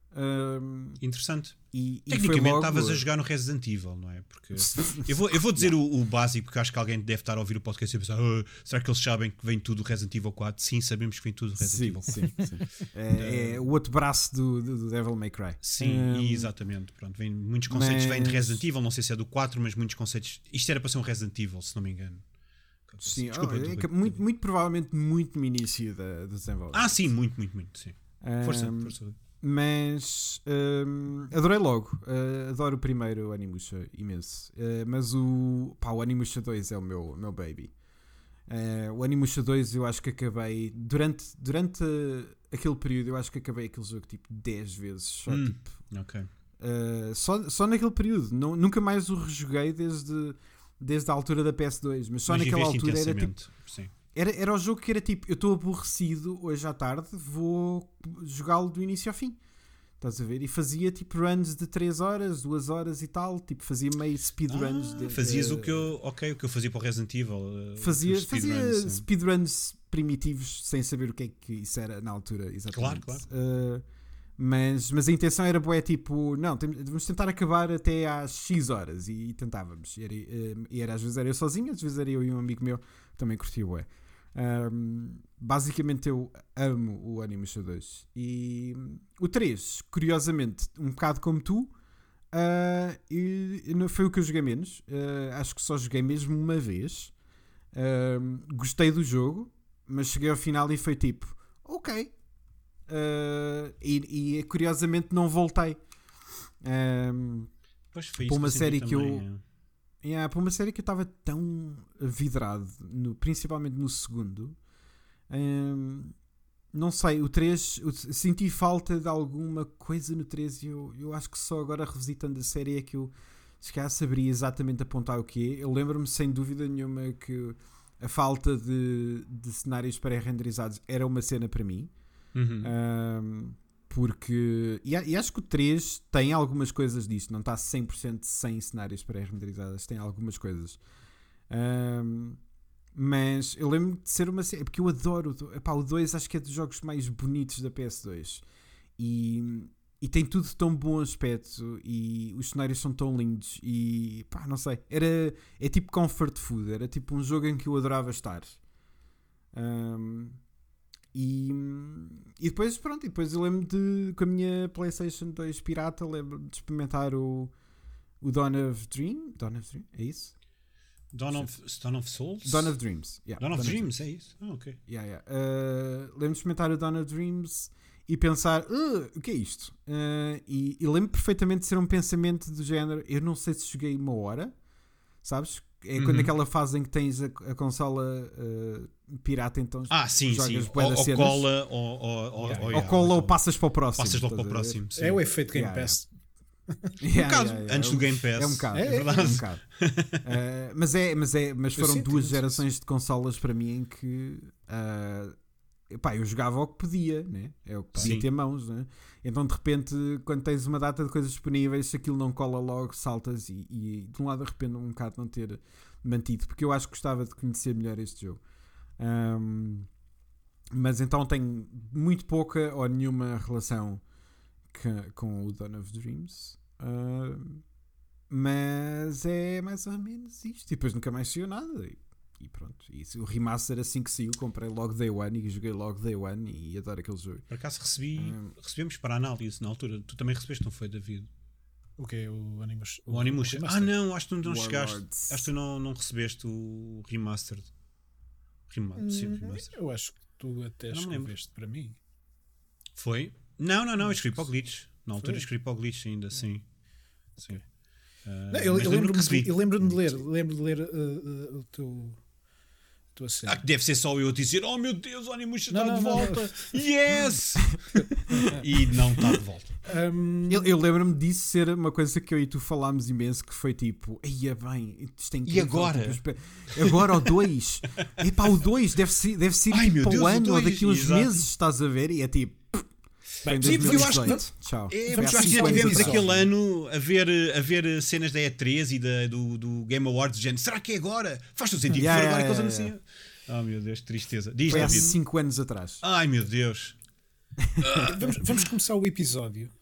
Um, Interessante. E, e Tecnicamente logo... estavas a jogar no Resident Evil, não é? Porque eu vou, eu vou dizer o, o básico, porque acho que alguém deve estar a ouvir o podcast e pensar: oh, será que eles sabem que vem tudo do Resident Evil quatro? Sim, sabemos que vem tudo do Resident sim, Evil sim, sim. É, é o outro braço do, do, do Devil May Cry. Sim, um, exatamente. Pronto, vem, muitos conceitos mas... vêm de Resident Evil, não sei se é do quatro, mas muitos conceitos. Isto era para ser um Resident Evil, se não me engano. Sim, desculpa, oh, é que, muito, muito provavelmente muito no início da, do desenvolvimento. Ah, sim, muito, muito, muito. Sim. Um, força, força. Mas um, adorei logo, uh, adoro o primeiro Onimusha imenso, uh, mas o, pá, o Onimusha dois é o meu, meu baby. Uh, o Onimusha dois eu acho que acabei durante, durante uh, aquele período, eu acho que acabei aquele jogo tipo dez vezes só, hum, tipo, okay. uh, só, só naquele período. Não, nunca mais o rejoguei desde, desde a altura da P S dois, mas só mas naquela altura era tipo, sim. Era, era o jogo que era tipo, eu estou aborrecido hoje à tarde, vou jogá-lo do início ao fim. Estás a ver? E fazia tipo runs de três horas, duas horas e tal, tipo fazia meio speedruns. Ah, fazias uh, o que eu, ok, o que eu fazia para o Resident Evil. Uh, fazia fazia speedruns primitivos sem saber o que é que isso era na altura, exatamente. Claro, claro. Uh, mas, mas a intenção era bué, tipo, não, tem, vamos tentar acabar até às X horas e, e tentávamos. E era, uh, e era, às vezes era eu sozinho, às vezes era eu e um amigo meu que também curtia bué. Um, basicamente eu amo o Onimusha dois e o três, curiosamente, um bocado como tu, uh, e, e foi o que eu joguei menos. Uh, acho que só joguei mesmo uma vez. Uh, gostei do jogo, mas cheguei ao final e foi tipo, ok. Uh, e, e curiosamente não voltei. Um, pois foi para isso uma que série eu que eu. também, Yeah, para uma série que eu estava tão vidrado, no, principalmente no segundo, um, não sei, o três, eu senti falta de alguma coisa no três e eu, eu acho que só agora revisitando a série é que eu se calhar saberia exatamente apontar o que é. Eu lembro-me sem dúvida nenhuma que a falta de, de cenários pré-renderizados era uma cena para mim. Uhum. Um, Porque, e, e acho que o três tem algumas coisas disto, não está cem por cento sem cenários pré-renderizadas, tem algumas coisas. Um, mas eu lembro de ser uma série, porque eu adoro, epá, o dois acho que é dos jogos mais bonitos da P S dois. E, e tem tudo tão bom aspecto e os cenários são tão lindos e pá, não sei, era, é tipo comfort food, era tipo um jogo em que eu adorava estar. Um, E, e depois, pronto, e depois eu lembro de, com a minha PlayStation dois pirata, lembro de experimentar o, o Dawn of Dream. Dawn of Dream, é isso? Dawn of, Dawn of Souls? Dawn of Dreams. Yeah, Dawn of Dawn Dreams, of é isso? Ah, ok. Yeah, yeah. Uh, lembro de experimentar o Dawn of Dreams e pensar, uh, o que é isto? Uh, e, e lembro perfeitamente de ser um pensamento do género, eu não sei se joguei uma hora, sabes? É quando uhum. aquela fase em que tens a, a consola uh, pirata, então ah, sim, jogas sim. bué Ou, das ou cenas. cola ou, ou, ou, yeah. ou, ou cola ou passas para o próximo. Passas logo para o próximo. Sim. É o efeito Game yeah, Pass. Yeah. Um bocado, yeah, yeah, antes é do Game Pass. É um bocado. É, é, verdade. é um bocado. uh, mas, é, mas, é, mas foram sinto, duas gerações isso. de consolas para mim em que uh, epá, eu jogava o que podia, né? É o que podia Sim. ter mãos, né? Então de repente quando tens uma data de coisas disponíveis, se aquilo não cola logo, saltas e, e de um lado arrependo um bocado de não ter mantido, porque eu acho que gostava de conhecer melhor este jogo. Um, mas então tenho muito pouca ou nenhuma relação que, com o Dawn of Dreams. Uh, mas é mais ou menos isto. E depois nunca mais saiu nada. E, e pronto. E o remaster assim que saiu, comprei logo Day One e joguei logo Day One e adoro aquele jogo. Por acaso recebi, um, recebemos para análise na altura. Tu também recebeste, não foi, David? O que é o Onimusha? O Onimusha. Ah, não, acho que tu não Warlords. chegaste. Acho que tu não, não recebeste o remastered. Remastered, sim, remastered. Eu acho que tu até escreveste para mim. Foi? Não, não, não, eu escrevi para o Glitch. Na altura foi? escrevi para o Glitch ainda, sim. Sim. Okay. Uh, não, eu, eu lembro-me lembro de, lembro de ler, lembro de ler uh, uh, o teu. Ah, deve ser só eu dizer, oh meu Deus, o Onimusha está não, de não, volta, não. Yes! E não está de volta. Um... Eu, eu lembro-me disso ser uma coisa que eu e tu falámos imenso, que foi tipo, ia bem, isto tem que E agora? Tipo, agora o dois, epá, o dois deve ser, deve ser Ai, tipo para o ano ou daqui uns exato. meses, estás a ver? E é tipo. Bem, sim, eu acho que, Tchau. É, vamos acho que já tivemos aquele ano a ver, a ver cenas da E três e da, do, do Game Awards, do género, será que é agora? Faz todo sentido, yeah, agora yeah, que eles yeah. anunciam. Oh meu Deus, tristeza. Diz-te, foi há David. cinco anos atrás. Ai meu Deus. vamos, vamos começar o episódio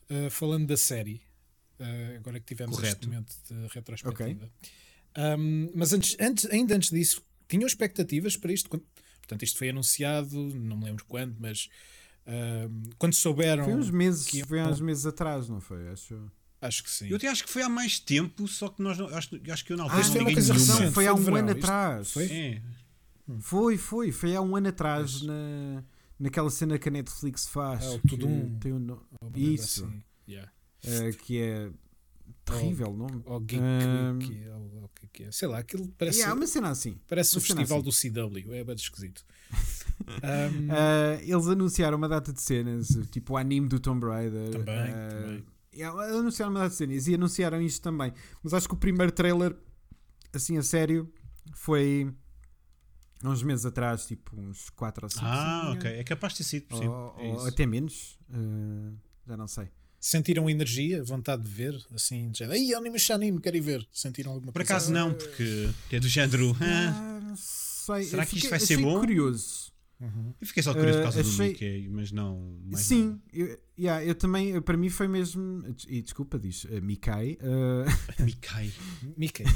uh, falando da série, uh, agora que tivemos Correto. este momento de retrospectiva. Okay. Um, mas antes, antes, ainda antes disso, tinham expectativas para isto? Quando, portanto, isto foi anunciado, não me lembro quando, mas uh, quando souberam. Foi uns meses, que iam... foi uns meses atrás, não foi? Acho. Acho que sim. Eu até acho que foi há mais tempo, só que nós não, acho, acho que eu não altura ah, não foi uma liguei coisa nenhuma. recente, Foi há um verão, ano isto atrás. Foi? É. Foi, foi, foi há um ano atrás na, naquela cena que a Netflix faz. Ah, o que Tudum. tem um no... Isso. Assim. Yeah. Uh, que é terrível o nome. Ou Geek, um, que, ou, o que, que é. Sei lá, aquilo parece. Yeah, uma cena assim. Parece uma o festival assim. do C W, é bem esquisito. um, uh, eles anunciaram uma data de cenas, tipo o anime do Tomb Raider. Também, uh, também. Yeah, anunciaram uma data de cenas e anunciaram isto também. Mas acho que o primeiro trailer, assim a sério, foi uns meses atrás, tipo uns quatro ou cinco. Ah, ok. É capaz de ter sido possível. Ou, é ou até menos. Uh, já não sei. Sentiram energia, vontade de ver? Assim, de género, ai, anime, anime, quero ir ver. Sentiram alguma Por coisa? acaso não, porque é do género. Ah, não sei. Será Eu que isto fiquei, vai ser achei bom? curioso. Uhum. Eu fiquei só curioso por causa Uh, do achei- Mickey, mas não. mais Sim, nada. eu, yeah, eu também, para mim foi mesmo. E desculpa, diz uh, Mikai. Uh, Mickey. Mickey.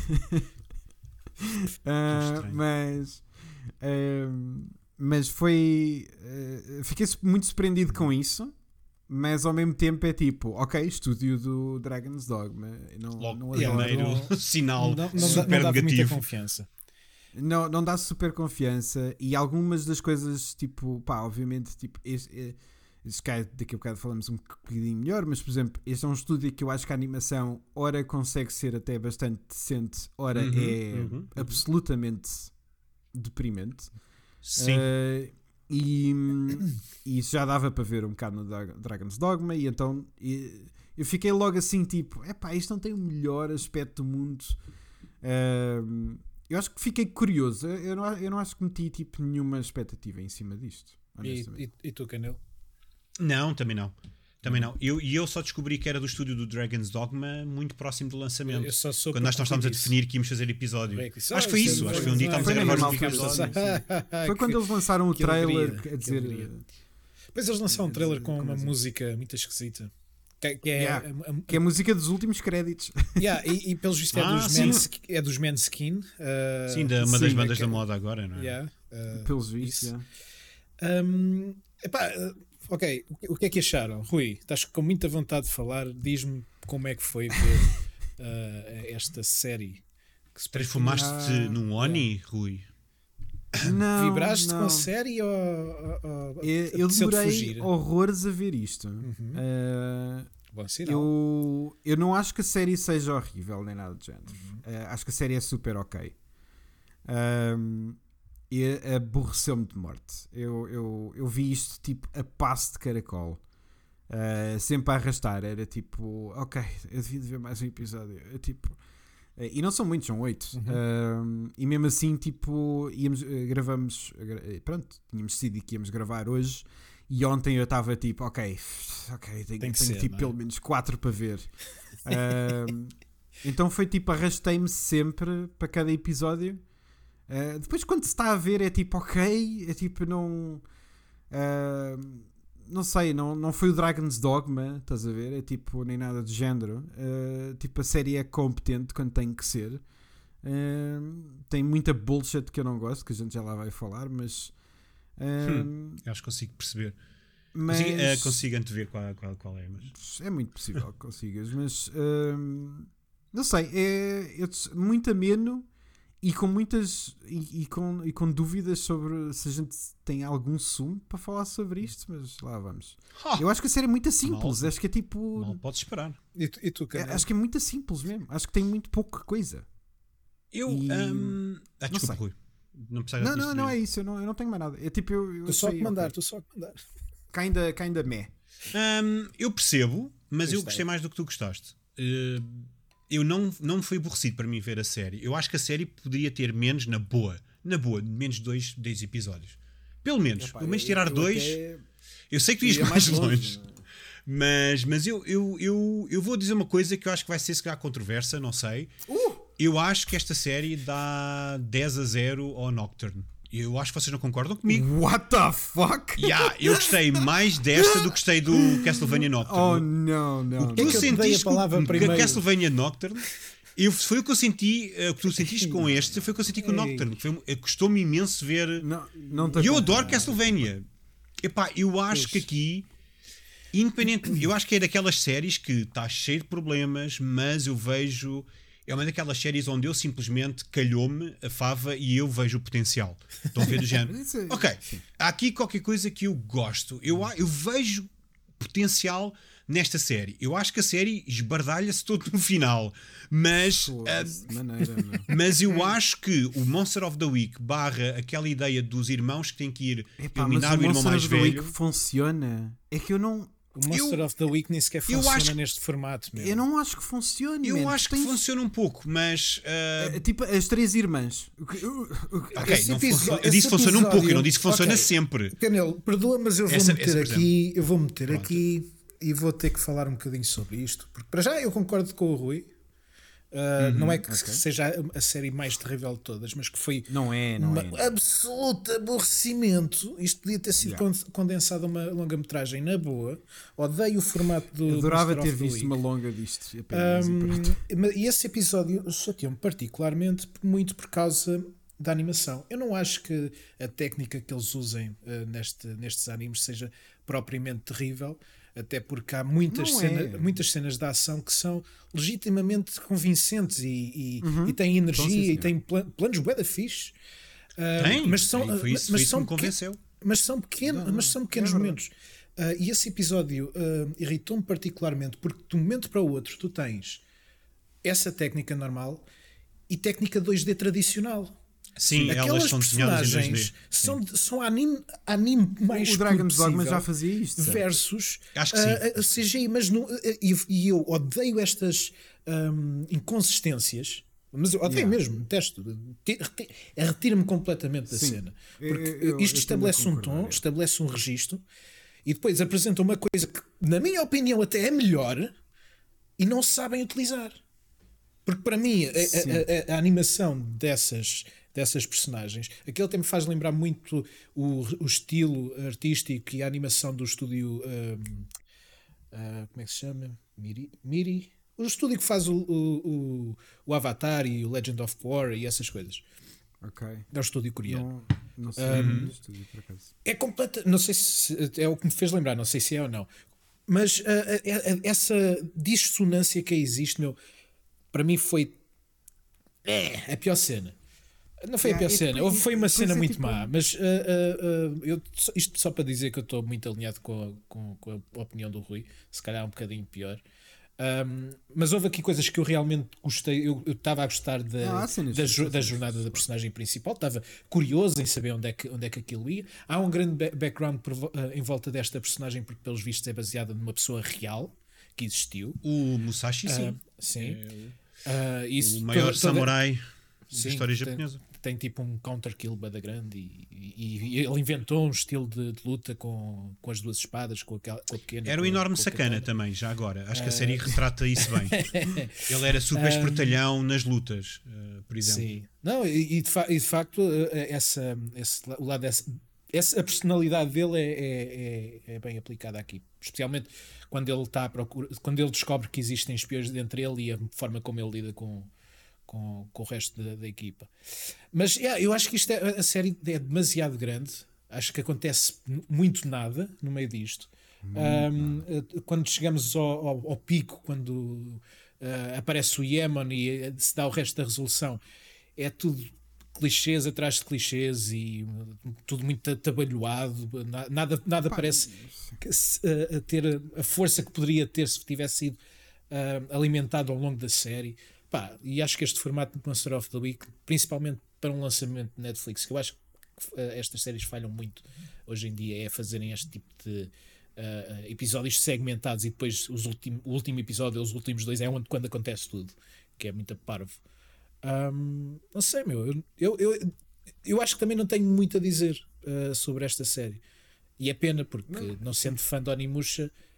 uh, estranho. mas. uh, mas foi. uh, fiquei su- muito surpreendido com isso. Mas ao mesmo tempo é tipo, ok, estúdio do Dragon's Dogma. Não, Logo, não, Yeah, adoro. primeiro não- sinal Não, dá- não, dá- super não dava muita negativo. confiança. Não, não dá super confiança e algumas das coisas, tipo, pá, obviamente, tipo, este, este cá, daqui a bocado falamos um bocadinho melhor, mas por exemplo, este é um estúdio que eu acho que a animação, ora consegue ser até bastante decente, ora Uhum, é uhum, uhum. absolutamente deprimente. Sim. Uh, e, e isso já dava para ver um bocado no Dra- Dragon's Dogma, e então e, eu fiquei logo assim, tipo, epá, isto não tem o melhor aspecto do mundo. Uh, Eu acho que fiquei curioso. Eu não, eu não acho que meti tipo, nenhuma expectativa em cima disto. E, Honestamente. e, e tu, Canelo? Não, também não. Também não. Eu, e eu só descobri que era do estúdio do Dragon's Dogma muito próximo do lançamento. Eu só soube Quando nós porque estávamos a disse. definir que íamos fazer episódio. Correto, disse, Acho que "Ah, foi isto isso. é Acho que foi um dia que Dragon's estávamos a Dogma." gravar Foi os na mesma episódios. Foi quando eles lançaram o que trailer alegria, a dizer. que alegria. Depois eles lançaram um trailer com Como uma assim? música muito esquisita. Que, que é, Yeah, a- a- que é a música dos últimos créditos. yeah, e, e pelos vistos é, Ah, dos sim. Manskin, é dos Manskin. uh, Sim, da, uma das Sim, bandas é que- da moda agora, não é? yeah, uh, Pelos vistos. isso. yeah. Um, epá, uh, ok, o que- o que é que acharam? Rui, estás com muita vontade de falar, diz-me como é que foi ver uh, esta série. Que se Transformaste-te Ah, num Oni, Rui? Não, Vibraste não. com a série ou, ou, ou Eu, eu apeteceu-te demorei fugir? horrores a ver isto. Uhum. Uh, Bom sinal. eu, eu não acho que a série seja horrível nem nada do género. Uh, acho que a série é super ok. Um, e aborreceu-me de morte. Eu, eu, eu vi isto tipo a passo de caracol. Uh, sempre a arrastar. Era tipo, ok, eu devia de ver mais um episódio. Eu, tipo, uh, e não são muitos, são oito. Uhum. Um, e mesmo assim, tipo, íamos, uh, gravamos. Uh, pronto, tínhamos decidido que íamos gravar hoje. E ontem eu estava tipo, ok, ok, tenho, Tem tenho que ser, tipo não é? pelo menos quatro para ver. Um, então foi tipo, arrastei-me sempre para cada episódio. Uh, depois quando se está a ver é tipo, ok, é tipo, não. Uh, não sei, não, não foi o Dragon's Dogma, estás a ver? É tipo, nem nada do género. Uh, tipo, a série é competente quando tem que ser. Uh, tem muita bullshit que eu não gosto, que a gente já lá vai falar, mas. Uh, Hum, acho que consigo perceber. mas Consigo, eh, consigo antever qual, qual, qual é, mas. é muito possível que consigas, mas hum, não sei, é, é muito ameno e com muitas e, e, com, e com dúvidas sobre se a gente tem algum sumo para falar sobre isto, mas lá vamos. Ah, Eu acho que a série é muito simples, Mal. acho que é tipo. mal podes esperar. E tu, e tu é- Canelo? acho que é muito simples mesmo, acho que tem muito pouca coisa. Eu. E- hum, ah, desculpa, sei. Rui. Não precisas Não, disto não, não dizer. é isso, eu não, eu não tenho mais nada. É tipo, eu, eu Tu só a achei, comandar, ok, tu só a comandar. Kinda, kinda meh. Hum, eu percebo, mas Pois eu está. gostei mais do que tu gostaste. Uh, eu não, não me foi aborrecido para mim ver a série. Eu acho que a série poderia ter menos, na boa, na boa, menos dois, dois episódios. Pelo menos, Epá, pelo menos eu- tirar eu dois. até Eu sei que tu ias ia mais longe. longe, não é? Mas, mas eu, eu, eu, eu vou dizer uma coisa que eu acho que vai ser se calhar controversa, não sei. Uh! Eu acho que esta série dá dez a zero ao Nocturne. Eu acho que vocês não concordam comigo. What the fuck? Yeah, eu gostei mais desta do que gostei do Castlevania Nocturne. Oh, não, não. O que tu que sentiste a palavra com primeiro? a Castlevania Nocturne eu, foi o que eu senti, uh, o que tu sentiste com este, foi o que eu senti com o Nocturne. Foi, uh, custou-me imenso ver. Não, não e eu adoro Castlevania. Epá, eu acho pois. que aqui, independente, eu acho que é daquelas séries que está cheio de problemas, mas eu vejo. É uma daquelas séries onde eu simplesmente calhou-me a fava e eu vejo o potencial. Estão a ver do género? Ok, há aqui qualquer coisa que eu gosto. Eu, eu vejo potencial nesta série. Eu acho que a série esbardalha-se todo no final. Mas, uh, maneira, mas eu acho que o Monster of the Week barra aquela ideia dos irmãos que têm que ir Epá, eliminar o, o irmão mais velho. Monster of the Week funciona. É que eu não... O Monster eu, of the Week nem sequer funciona acho, neste formato. Meu. Eu não acho que funcione. Eu man. acho Tens... que funciona um pouco, mas. Uh... É, tipo, as três irmãs. Ok, não episódio, eu disse que funciona um pouco, eu não disse que funciona okay. sempre. Canelo, perdoa, mas eu vou essa, meter essa, aqui. Eu vou meter Pronto. aqui e vou ter que falar um bocadinho sobre isto. Porque para já eu concordo com o Rui. Uh, uhum, não é que okay. seja a série mais terrível de todas, mas que foi não é, não um é. absoluto aborrecimento. Isto podia ter sido yeah. condensado a uma longa-metragem na boa. Odeio o formato do. Adorava ter visto uma longa disto. Um, e esse episódio chateou-me particularmente muito por causa da animação. Eu não acho que a técnica que eles usem uh, neste, nestes animes seja propriamente terrível. Até porque há muitas, cena, é. muitas cenas de ação que são legitimamente convincentes e, e, uhum. e têm energia e têm plan, planos bué da fixe. Uh, Tem, mas são, foi isso, mas foi são isso que me convenceu. Mas são, pequeno, não, mas são pequenos é momentos. Uh, e esse episódio uh, irritou-me particularmente porque de um momento para o outro tu tens essa técnica normal e técnica dois D tradicional. Sim, aquelas elas são desenhadas em dois D. São, são anime, anime mais o Dragon's Dogma já fazia isto versus Acho que sim. Uh, C G I, mas não, uh, e, e eu odeio estas um, inconsistências, mas eu odeio yeah. mesmo, testo, retira-me completamente da sim. cena, porque eu, eu, isto eu estabelece um tom, é. estabelece um registro e depois apresenta uma coisa que na minha opinião até é melhor e não sabem utilizar, porque para mim a, a, a, a animação dessas dessas personagens. Aquele até me faz lembrar muito o, o estilo artístico e a animação do estúdio um, uh, como é que se chama? Miri? Miri? O estúdio que faz o, o, o Avatar e o Legend of Korra e essas coisas. Ok. É o estúdio coreano. Não, não sei um, do estúdio, por acaso. É completa, não sei se é o que me fez lembrar, não sei se é ou não. Mas uh, uh, essa dissonância que existe, meu, para mim foi é, a pior cena. Não foi yeah, a pior cena, depois, foi uma cena muito tipo... má, mas uh, uh, uh, eu, isto só para dizer que eu estou muito alinhado com a, com, com a opinião do Rui, se calhar um bocadinho pior. Um, mas houve aqui coisas que eu realmente gostei. Eu estava a gostar da, ah, cenas, da, cenas, da jornada cenas. da personagem principal, estava curioso em saber onde é que, onde é que aquilo ia. Há um grande background por, uh, em volta desta personagem, porque pelos vistos é baseada numa pessoa real que existiu. O Musashi, sim. Uh, sim. É, uh, isso, o maior toda, samurai toda, da sim, história tem, japonesa. Tem tipo um counter-kill bada grande e, e, e ele inventou um estilo de, de luta com, com as duas espadas, com, aquela, com a pequena. Era um enorme sacana também, já agora. Acho uh... que a série retrata isso bem. Ele era super um... espertalhão nas lutas, uh, por exemplo. Sim. Não, e, e, de, fa- e de facto, essa, esse, o lado dessa, essa, a personalidade dele é, é, é, é bem aplicada aqui. Especialmente quando ele está à procura, quando ele descobre que existem espiões entre ele e a forma como ele lida com. Com, com o resto da, da equipa. Mas yeah, eu acho que isto é, a série é demasiado grande. Acho que acontece muito nada no meio disto. Um, quando chegamos ao, ao, ao pico, quando uh, aparece o Yemen e se dá o resto da resolução, é tudo clichês atrás de clichês e tudo muito atabalhoado. Nada, nada parece que, uh, ter a força que poderia ter se tivesse sido uh, alimentado ao longo da série. Pá, e acho que este formato de Monster of the Week, principalmente para um lançamento de Netflix, que eu acho que uh, estas séries falham muito hoje em dia, é fazerem este tipo de uh, episódios segmentados e depois os ultim, o último episódio, os últimos dois, é onde quando acontece tudo, que é muito parvo. Um, não sei, meu, eu, eu, eu, eu acho que também não tenho muito a dizer uh, sobre esta série. E é pena, porque não, não sendo fã de Onimusha,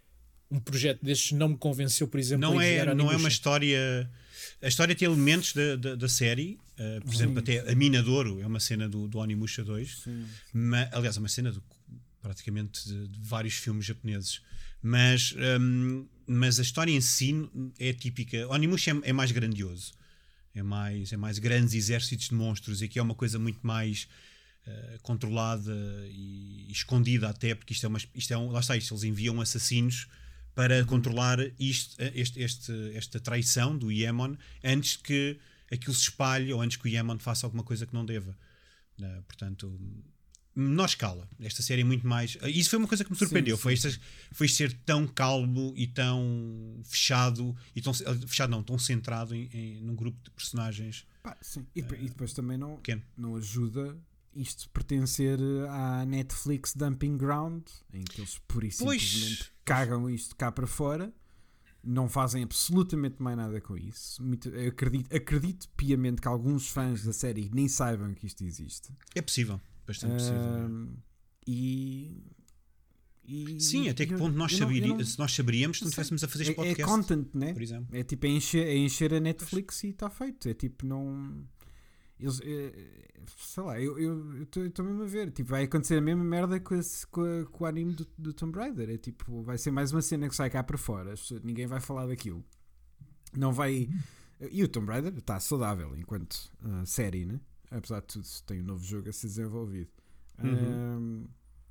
um projeto destes não me convenceu, por exemplo, não a é, enviar não é Onimusha. uma história. A história tem elementos da, da, da série, uh, por exemplo, até a Mina de Ouro é uma cena do, do Onimusha dois, sim. Mas, aliás, é uma cena de, praticamente de, de vários filmes japoneses. Mas, um, mas a história em si é típica. O Onimusha é, é mais grandioso, é mais, é mais grandes exércitos de monstros, e aqui é uma coisa muito mais uh, controlada e, e escondida, até porque isto é uma. Isto é um, lá está isto, eles enviam assassinos para uhum. controlar isto, este, este, esta traição do Yaemon antes que aquilo se espalhe ou antes que o Yaemon faça alguma coisa que não deva. Uh, portanto, menor escala. Esta série é muito mais. Isso foi uma coisa que me surpreendeu. Sim, sim. Foi, esta, foi ser tão calmo e tão fechado, e tão, fechado não, tão centrado em, em, num grupo de personagens. Pá, sim. E, uh, e depois também não, pequeno. não ajuda isto pertencer à Netflix Dumping Ground, em que eles pura e simplesmente pois. cagam isto cá para fora, não fazem absolutamente mais nada com isso. Muito, acredito, acredito piamente que alguns fãs da série nem saibam que isto existe. É possível, bastante possível. Uh, e, e sim, até que ponto nós, saberi, não, se nós saberíamos se não estivéssemos a fazer este podcast. É content, né? Por exemplo. É tipo, é encher, é encher a Netflix pois. E está feito. É tipo, não... Eles, sei lá, eu estou mesmo a ver, tipo, vai acontecer a mesma merda com, esse, com, a, com o anime do, do Tomb Raider. É tipo, vai ser mais uma cena que sai cá para fora, ninguém vai falar daquilo, não vai. E o Tomb Raider está saudável enquanto uh, série, né? Apesar de tudo, tem um novo jogo a ser desenvolvido. Uhum. Um,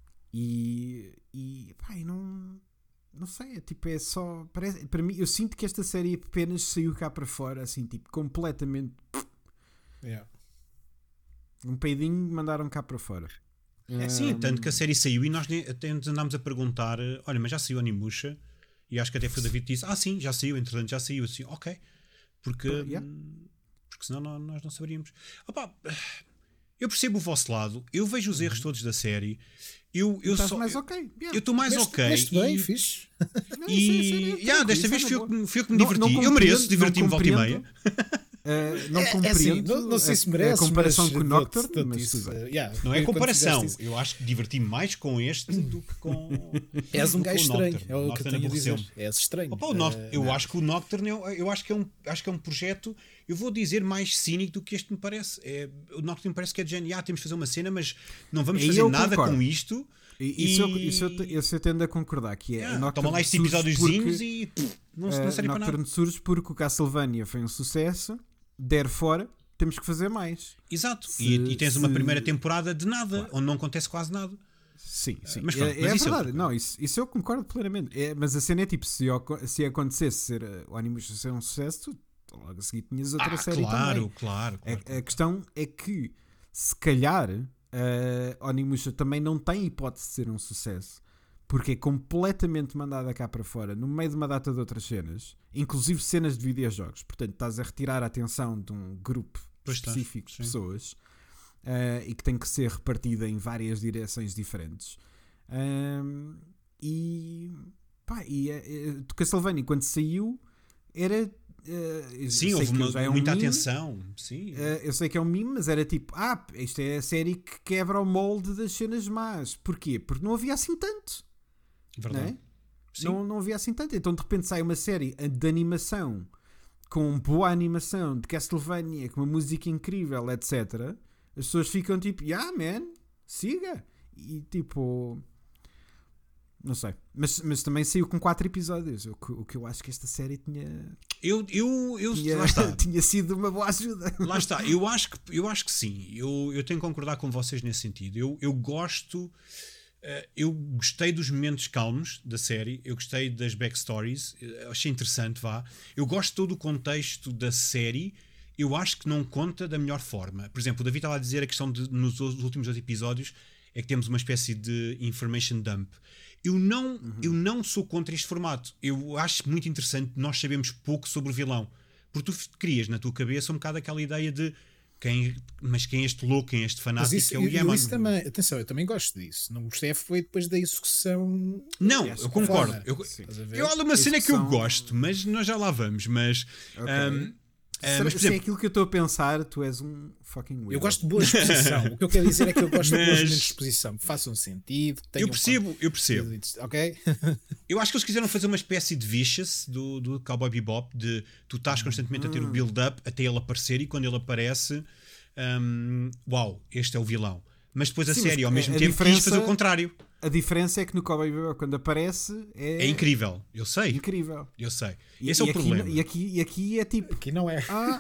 e e pá, não, não sei, é tipo, é só. Parece, para mim, eu sinto que esta série apenas saiu cá para fora, assim, tipo, completamente. Yeah. Um peidinho mandaram cá para fora. É, sim, tanto que a série saiu e nós até nos andámos a perguntar: olha, mas já saiu a Onimusha? E acho que até foi o David que disse: ah, sim, já saiu, entretanto já saiu. Assim, ok, porque, yeah. porque senão não, nós não saberíamos. Opa, eu percebo o vosso lado, eu vejo os erros todos da série. Eu eu Estás só, mais ok. Yeah. Eu estou mais Mas, ok. Mas bem, e, fixe. E yeah, desta vez fui eu, que, fui eu que me não, diverti. não eu mereço divertir-me volta e meia. Uh, não é, compreendo é assim, não, não sei se mereces, a comparação mas, com o Nocturne, mas, mas isso, uh, yeah, não é comparação. Eu acho que diverti-me mais com este do que com. És um gajo estranho, Nocturne. é o que eu tenho a dizer. És estranho. Opa, o Nocturne, uh, eu não. acho que o Nocturne eu, eu acho que é um acho que é um projeto, eu vou dizer, mais cínico do que este me parece. É, o Nocturne parece que é de género, ah, temos de fazer uma cena, mas não vamos fazer nada concordo. com isto. E, isso, e... Eu, isso, eu, isso eu tendo a concordar, que é yeah, toma lá estes episódiozinhos e pff, não, uh, não serve para nada. Nocturne surge porque o Castlevania foi um sucesso, der fora, temos que fazer mais. Exato, se, e, e tens se... uma primeira temporada de nada, claro. onde não acontece quase nada. Sim, sim. Uh, mas pronto, é, mas é isso verdade, é não, isso, isso eu concordo plenamente. É, mas a cena é tipo, se, se acontecesse ser, uh, o Onimusha ser um sucesso, tu logo a seguir tinhas outra ah, série claro, também. Claro, claro. A, a questão é que, se calhar, Uh, Onimusha também não tem hipótese de ser um sucesso porque é completamente mandada cá para fora no meio de uma data de outras cenas, inclusive cenas de videojogos. Portanto, estás a retirar a atenção de um grupo pois específico estás, de pessoas uh, e que tem que ser repartida em várias direções diferentes. Uh, e pá, e uh, Castlevania, quando saiu, era. Uh, sim, houve uma, é um muita meme, atenção. Sim. Uh, eu sei que é um meme, mas era tipo, ah, isto é a série que quebra o molde das cenas más. Porquê? Porque não havia assim tanto. Verdade. Não, é? não, não havia assim tanto. Então de repente sai uma série de animação com boa animação de Castlevania, com uma música incrível, etcétera. As pessoas ficam tipo, yeah, man, siga. E tipo. Não sei, mas, mas também saiu com quatro episódios. O que, o que eu acho que esta série tinha. Eu, eu, eu tinha, lá está. tinha sido uma boa ajuda. Lá está, eu acho que, eu acho que sim. Eu, eu tenho que concordar com vocês nesse sentido. Eu, eu gosto, uh, eu gostei dos momentos calmos da série, eu gostei das backstories, achei interessante, vá. Eu gosto de todo o contexto da série. Eu acho que não conta da melhor forma. Por exemplo, o David estava a dizer a questão de, nos últimos dois episódios, é que temos uma espécie de information dump. Eu não, uhum. eu não sou contra este formato. Eu acho muito interessante nós sabemos pouco sobre o vilão. Porque tu crias na tua cabeça um bocado aquela ideia de quem, mas quem é este louco, quem é este fanático, isso, que é o Yaemon. Isso também, atenção, eu também gosto disso. Não gostei foi depois da execução. Não, eu concordo. Eu, eu, olha uma cena que eu gosto, mas nós já lá vamos. Mas okay. um, Se, mas, se exemplo, é aquilo que eu estou a pensar, tu és um fucking weirdo. Eu gosto de boa exposição. O que eu quero dizer é que eu gosto mas... de boas momentos de exposição. Que façam sentido. Que eu percebo, eu percebo. Ok? Eu acho que eles quiseram fazer uma espécie de Vicious do, do Cowboy Bebop, de tu estás constantemente a ter o build-up até ele aparecer, e quando ele aparece, um, uau, este é o vilão. Mas depois a Sim, série, ao mesmo tempo, diferença... quis fazer o contrário. A diferença é que no Cowboy Bebop, quando aparece, é... É incrível, eu sei. Incrível. Eu sei. E, Esse e é o aqui, problema. E aqui, e aqui é tipo... Aqui não é. Ah,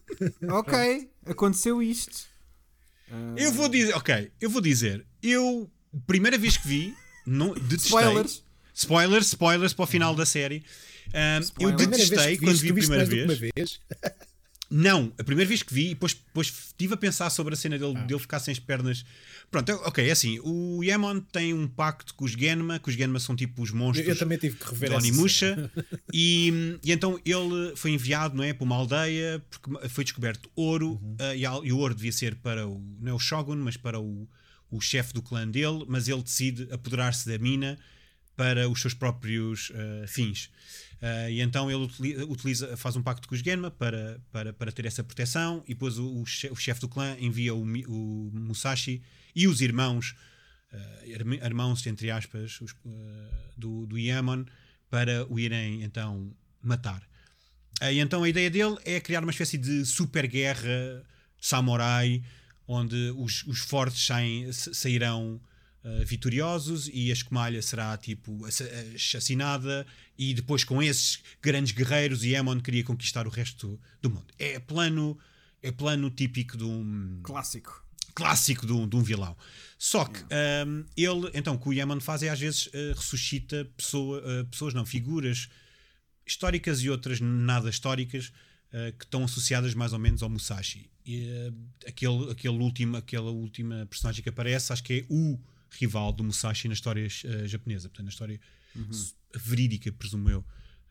ok, aconteceu isto. Uh... Eu vou dizer, ok, eu vou dizer, eu, primeira vez que vi, não, detestei... Spoilers. Spoilers, spoilers para o final da série. Um, eu detestei quando vi a primeira vez. vez. Não, a primeira vez que vi, e depois, depois estive a pensar sobre a cena dele, ah. dele ficar sem as pernas. Pronto, ok, é assim, o Yaemon tem um pacto com os Genma, que os Genma são tipo os monstros. Eu, eu também tive que rever de Onimusha. e, e então ele foi enviado, não é, para uma aldeia, porque foi descoberto ouro, uhum. uh, e, a, e o ouro devia ser para o, não é o Shogun, mas para o, o chefe do clã dele, mas ele decide apoderar-se da mina para os seus próprios uh, fins. Uh, e então ele utiliza, faz um pacto com os Genma para, para, para ter essa proteção, e depois o, o chefe do clã envia o, o Musashi e os irmãos, uh, irmãos entre aspas, os, uh, do, do Yaemon, para o irem então matar. Uh, e então a ideia dele é criar uma espécie de super guerra samurai, onde os, os fortes saem, sairão Uh, vitoriosos e a escumalha será tipo assassinada, e depois com esses grandes guerreiros Yaemon queria conquistar o resto do mundo. É plano, é plano típico de um clássico clássico de um, de um vilão. Só que yeah. um, ele, então, o que o Yaemon faz é às vezes uh, ressuscita pessoa, uh, pessoas, não, figuras históricas e outras nada históricas uh, que estão associadas mais ou menos ao Musashi. E, uh, aquele, aquele último, aquela última personagem que aparece, acho que é o rival do Musashi na história uh, japonesa, portanto na história uhum. verídica, presumo eu,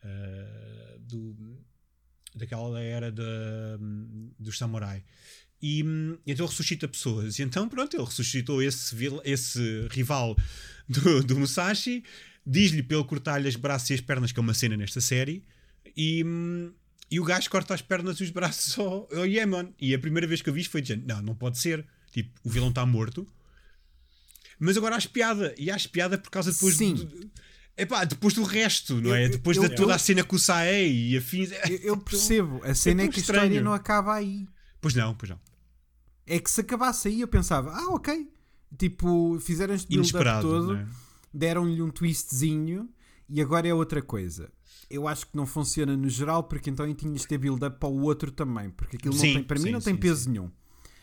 uh, do, daquela era de, um, dos samurai. E um, então ressuscita pessoas, e então pronto, ele ressuscitou esse, esse rival do, do Musashi, diz-lhe para ele cortar-lhe as braços e as pernas, que é uma cena nesta série, e, um, e o gajo corta as pernas e os braços ao, ao Yaemon. E a primeira vez que eu vi foi dizendo, não, não pode ser, tipo, o vilão está morto. Mas agora acho piada, e acho piada por causa depois Sim. do, epá, depois do resto, não é? Eu, depois eu, de toda eu, a cena com o Saei e afins. Eu, eu percebo, a cena é, é que estranho. A história não acaba aí. Pois não, pois não. É que se acabasse aí eu pensava, ah ok, tipo, fizeram este build-up todo, é? Deram-lhe um twistzinho e agora é outra coisa. Eu acho que não funciona no geral, porque então tinhas de ter build-up para o outro também, porque aquilo sim, não tem, para sim, mim não sim, tem sim, peso sim. nenhum.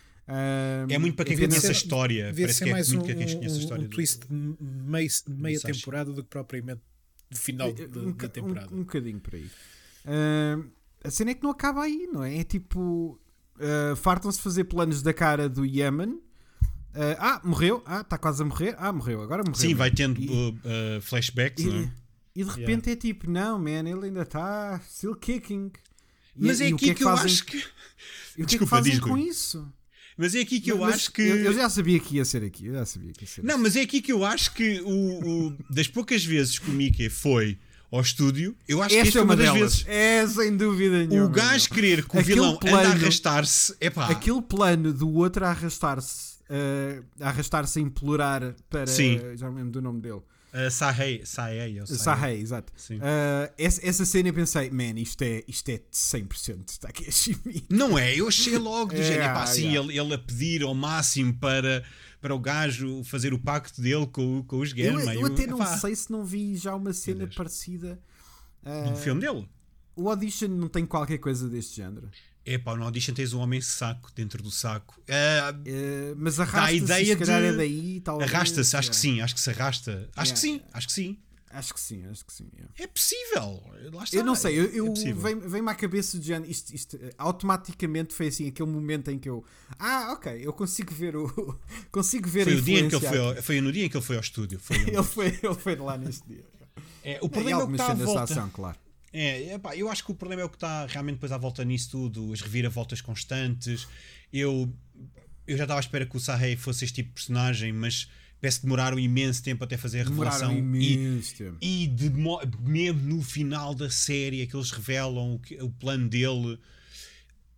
Uh, é muito para quem conhece a história. Devia Parece ser que é mais muito um, para quem conhece a história um do, twist de meia, meia temporada do que propriamente do final de, um, da temporada. Um, um bocadinho por aí. Uh, a cena é que não acaba aí, não é? É tipo, uh, fartam-se fazer planos da cara do Yaemon. Uh, ah, morreu. Ah, está quase a morrer. Ah, morreu. Agora morreu. Sim, mesmo. vai tendo e, uh, flashbacks, e, não é? E de repente yeah. é tipo, não, man, ele ainda está still kicking. Mas e, é e aqui que, que fazem, eu acho que. E o que é que fazem com isso? Mas é aqui que eu mas, acho que. Eu, eu já sabia que ia ser aqui. Eu já sabia que ia ser Não, assim. mas é aqui que eu acho que o, o, das poucas vezes que o Mickey foi ao estúdio, eu acho Esta que esta é uma, uma das delas. vezes. É, sem dúvida nenhuma. O gajo querer que o aquele vilão plano, ande a arrastar-se. Epá. Aquele plano do outro a arrastar-se, uh, a arrastar-se a implorar para. Sim. Já me lembro do nome dele. Uh, Sahei, Sahei, eu sei. Sahei, exato. Uh, essa, essa cena eu pensei, man, isto é, isto é cem por cento Takeshi Miike. Não é? Eu achei logo do é, género, pá, assim, yeah. ele, ele a pedir ao máximo para, para o gajo fazer o pacto dele com, com os Genma. Eu, eu até eu, não epá. sei se não vi já uma cena parecida. Uh, do filme dele? O Audition não tem qualquer coisa deste género. É pá, no Audition tens um homem saco dentro do saco. Uh, uh, mas arrasta-se, ideia se calhar de... é daí. Arrasta-se, acho yeah. que sim, acho que se arrasta. Acho yeah. que sim, acho que sim. Acho que sim, acho que sim. Yeah. É possível. Lá está. Eu não sei, eu, eu é vem-me vem à cabeça de género, isto, isto automaticamente foi assim, aquele momento em que eu ah, ok, eu consigo ver o consigo ver foi a o dia em que ele foi, ao, foi no dia em que ele foi ao estúdio. Foi ele, foi, ele foi lá neste dia. É, o problema é, é o que está à volta. Ação, claro. É, epá, eu acho que o problema é o que está realmente depois à volta nisso tudo, as reviravoltas constantes. Eu, eu já estava à espera que o Sahei fosse este tipo de personagem, mas parece que demoraram imenso tempo até fazer a revelação. Imenso e, tempo. e de, mesmo no final da série é que eles revelam o, que, o plano dele.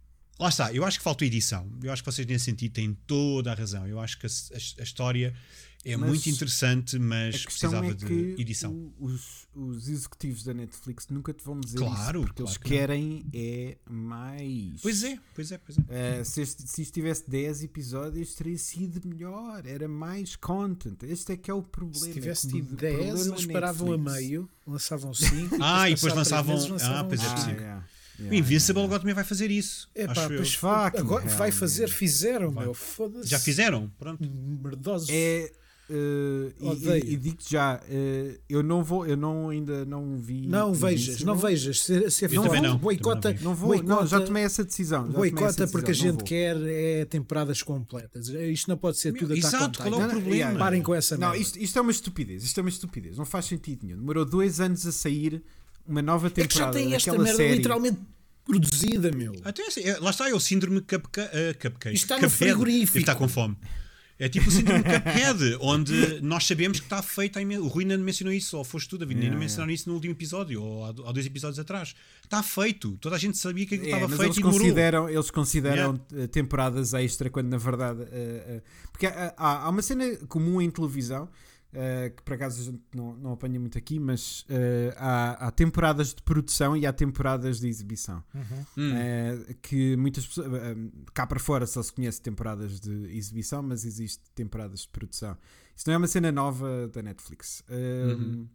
Lá está, eu acho que faltou edição. Eu acho que vocês nesse sentido têm toda a razão. Eu acho que a, a, a história é mas muito interessante, mas precisava é de edição. O, os, os executivos da Netflix nunca te vão dizer claro, isso, porque claro eles que querem é mais. Pois é, pois é, pois é. Uh, se, este, se isto tivesse dez episódios, teria sido melhor, era mais content. Este é que é o problema. Se tivesse tido dez, eles paravam a meio, lançavam cinco. Ah, e depois lançavam. Meses, lançavam ah, pois é possível. Ah, yeah. Yeah, o Invincible yeah. agora também vai fazer isso. É pá, pois agora vai fazer, fizeram, vai. Meu, foda-se. Já fizeram, pronto. Merdosos. É. Uh, e, e, e digo já, uh, eu não vou, eu não ainda não vi. Não vejas, não vejas. Se, se eu também não. Boicota, não vou, boicota, não, já tomei essa decisão. Boicota porque a gente quer é temporadas completas. Isto não pode ser Meu, tudo a exato, qual é o problema? Parem com essa não, isto, isto é uma estupidez. Isto é uma estupidez. Não faz sentido nenhum. Demorou dois anos a sair uma nova temporada. É que já tem esta merda série. literalmente produzida, meu. Até assim, é, lá está, é o síndrome cupca, uh, cupcake. Isto está no frigorífico. Está com fome. É tipo o síndrome Cuphead, onde nós sabemos que está feito. O Rui não mencionou isso, ou foste tu, David, yeah, nem mencionaram yeah. isso no último episódio, ou há, há dois episódios atrás. Está feito, toda a gente sabia que aquilo yeah, estava feito eles e demorou. Consideram, eles consideram yeah. temporadas extra, quando na verdade. Uh, uh, porque há, há uma cena comum em televisão. Uh, que por acaso a gente não, não apanha muito aqui, mas uh, há, há temporadas de produção e há temporadas de exibição. Uhum. Uh, que muitas pessoas, uh, cá para fora só se conhece temporadas de exibição, mas existe temporadas de produção. Isso não é uma cena nova da Netflix. Uh, uhum.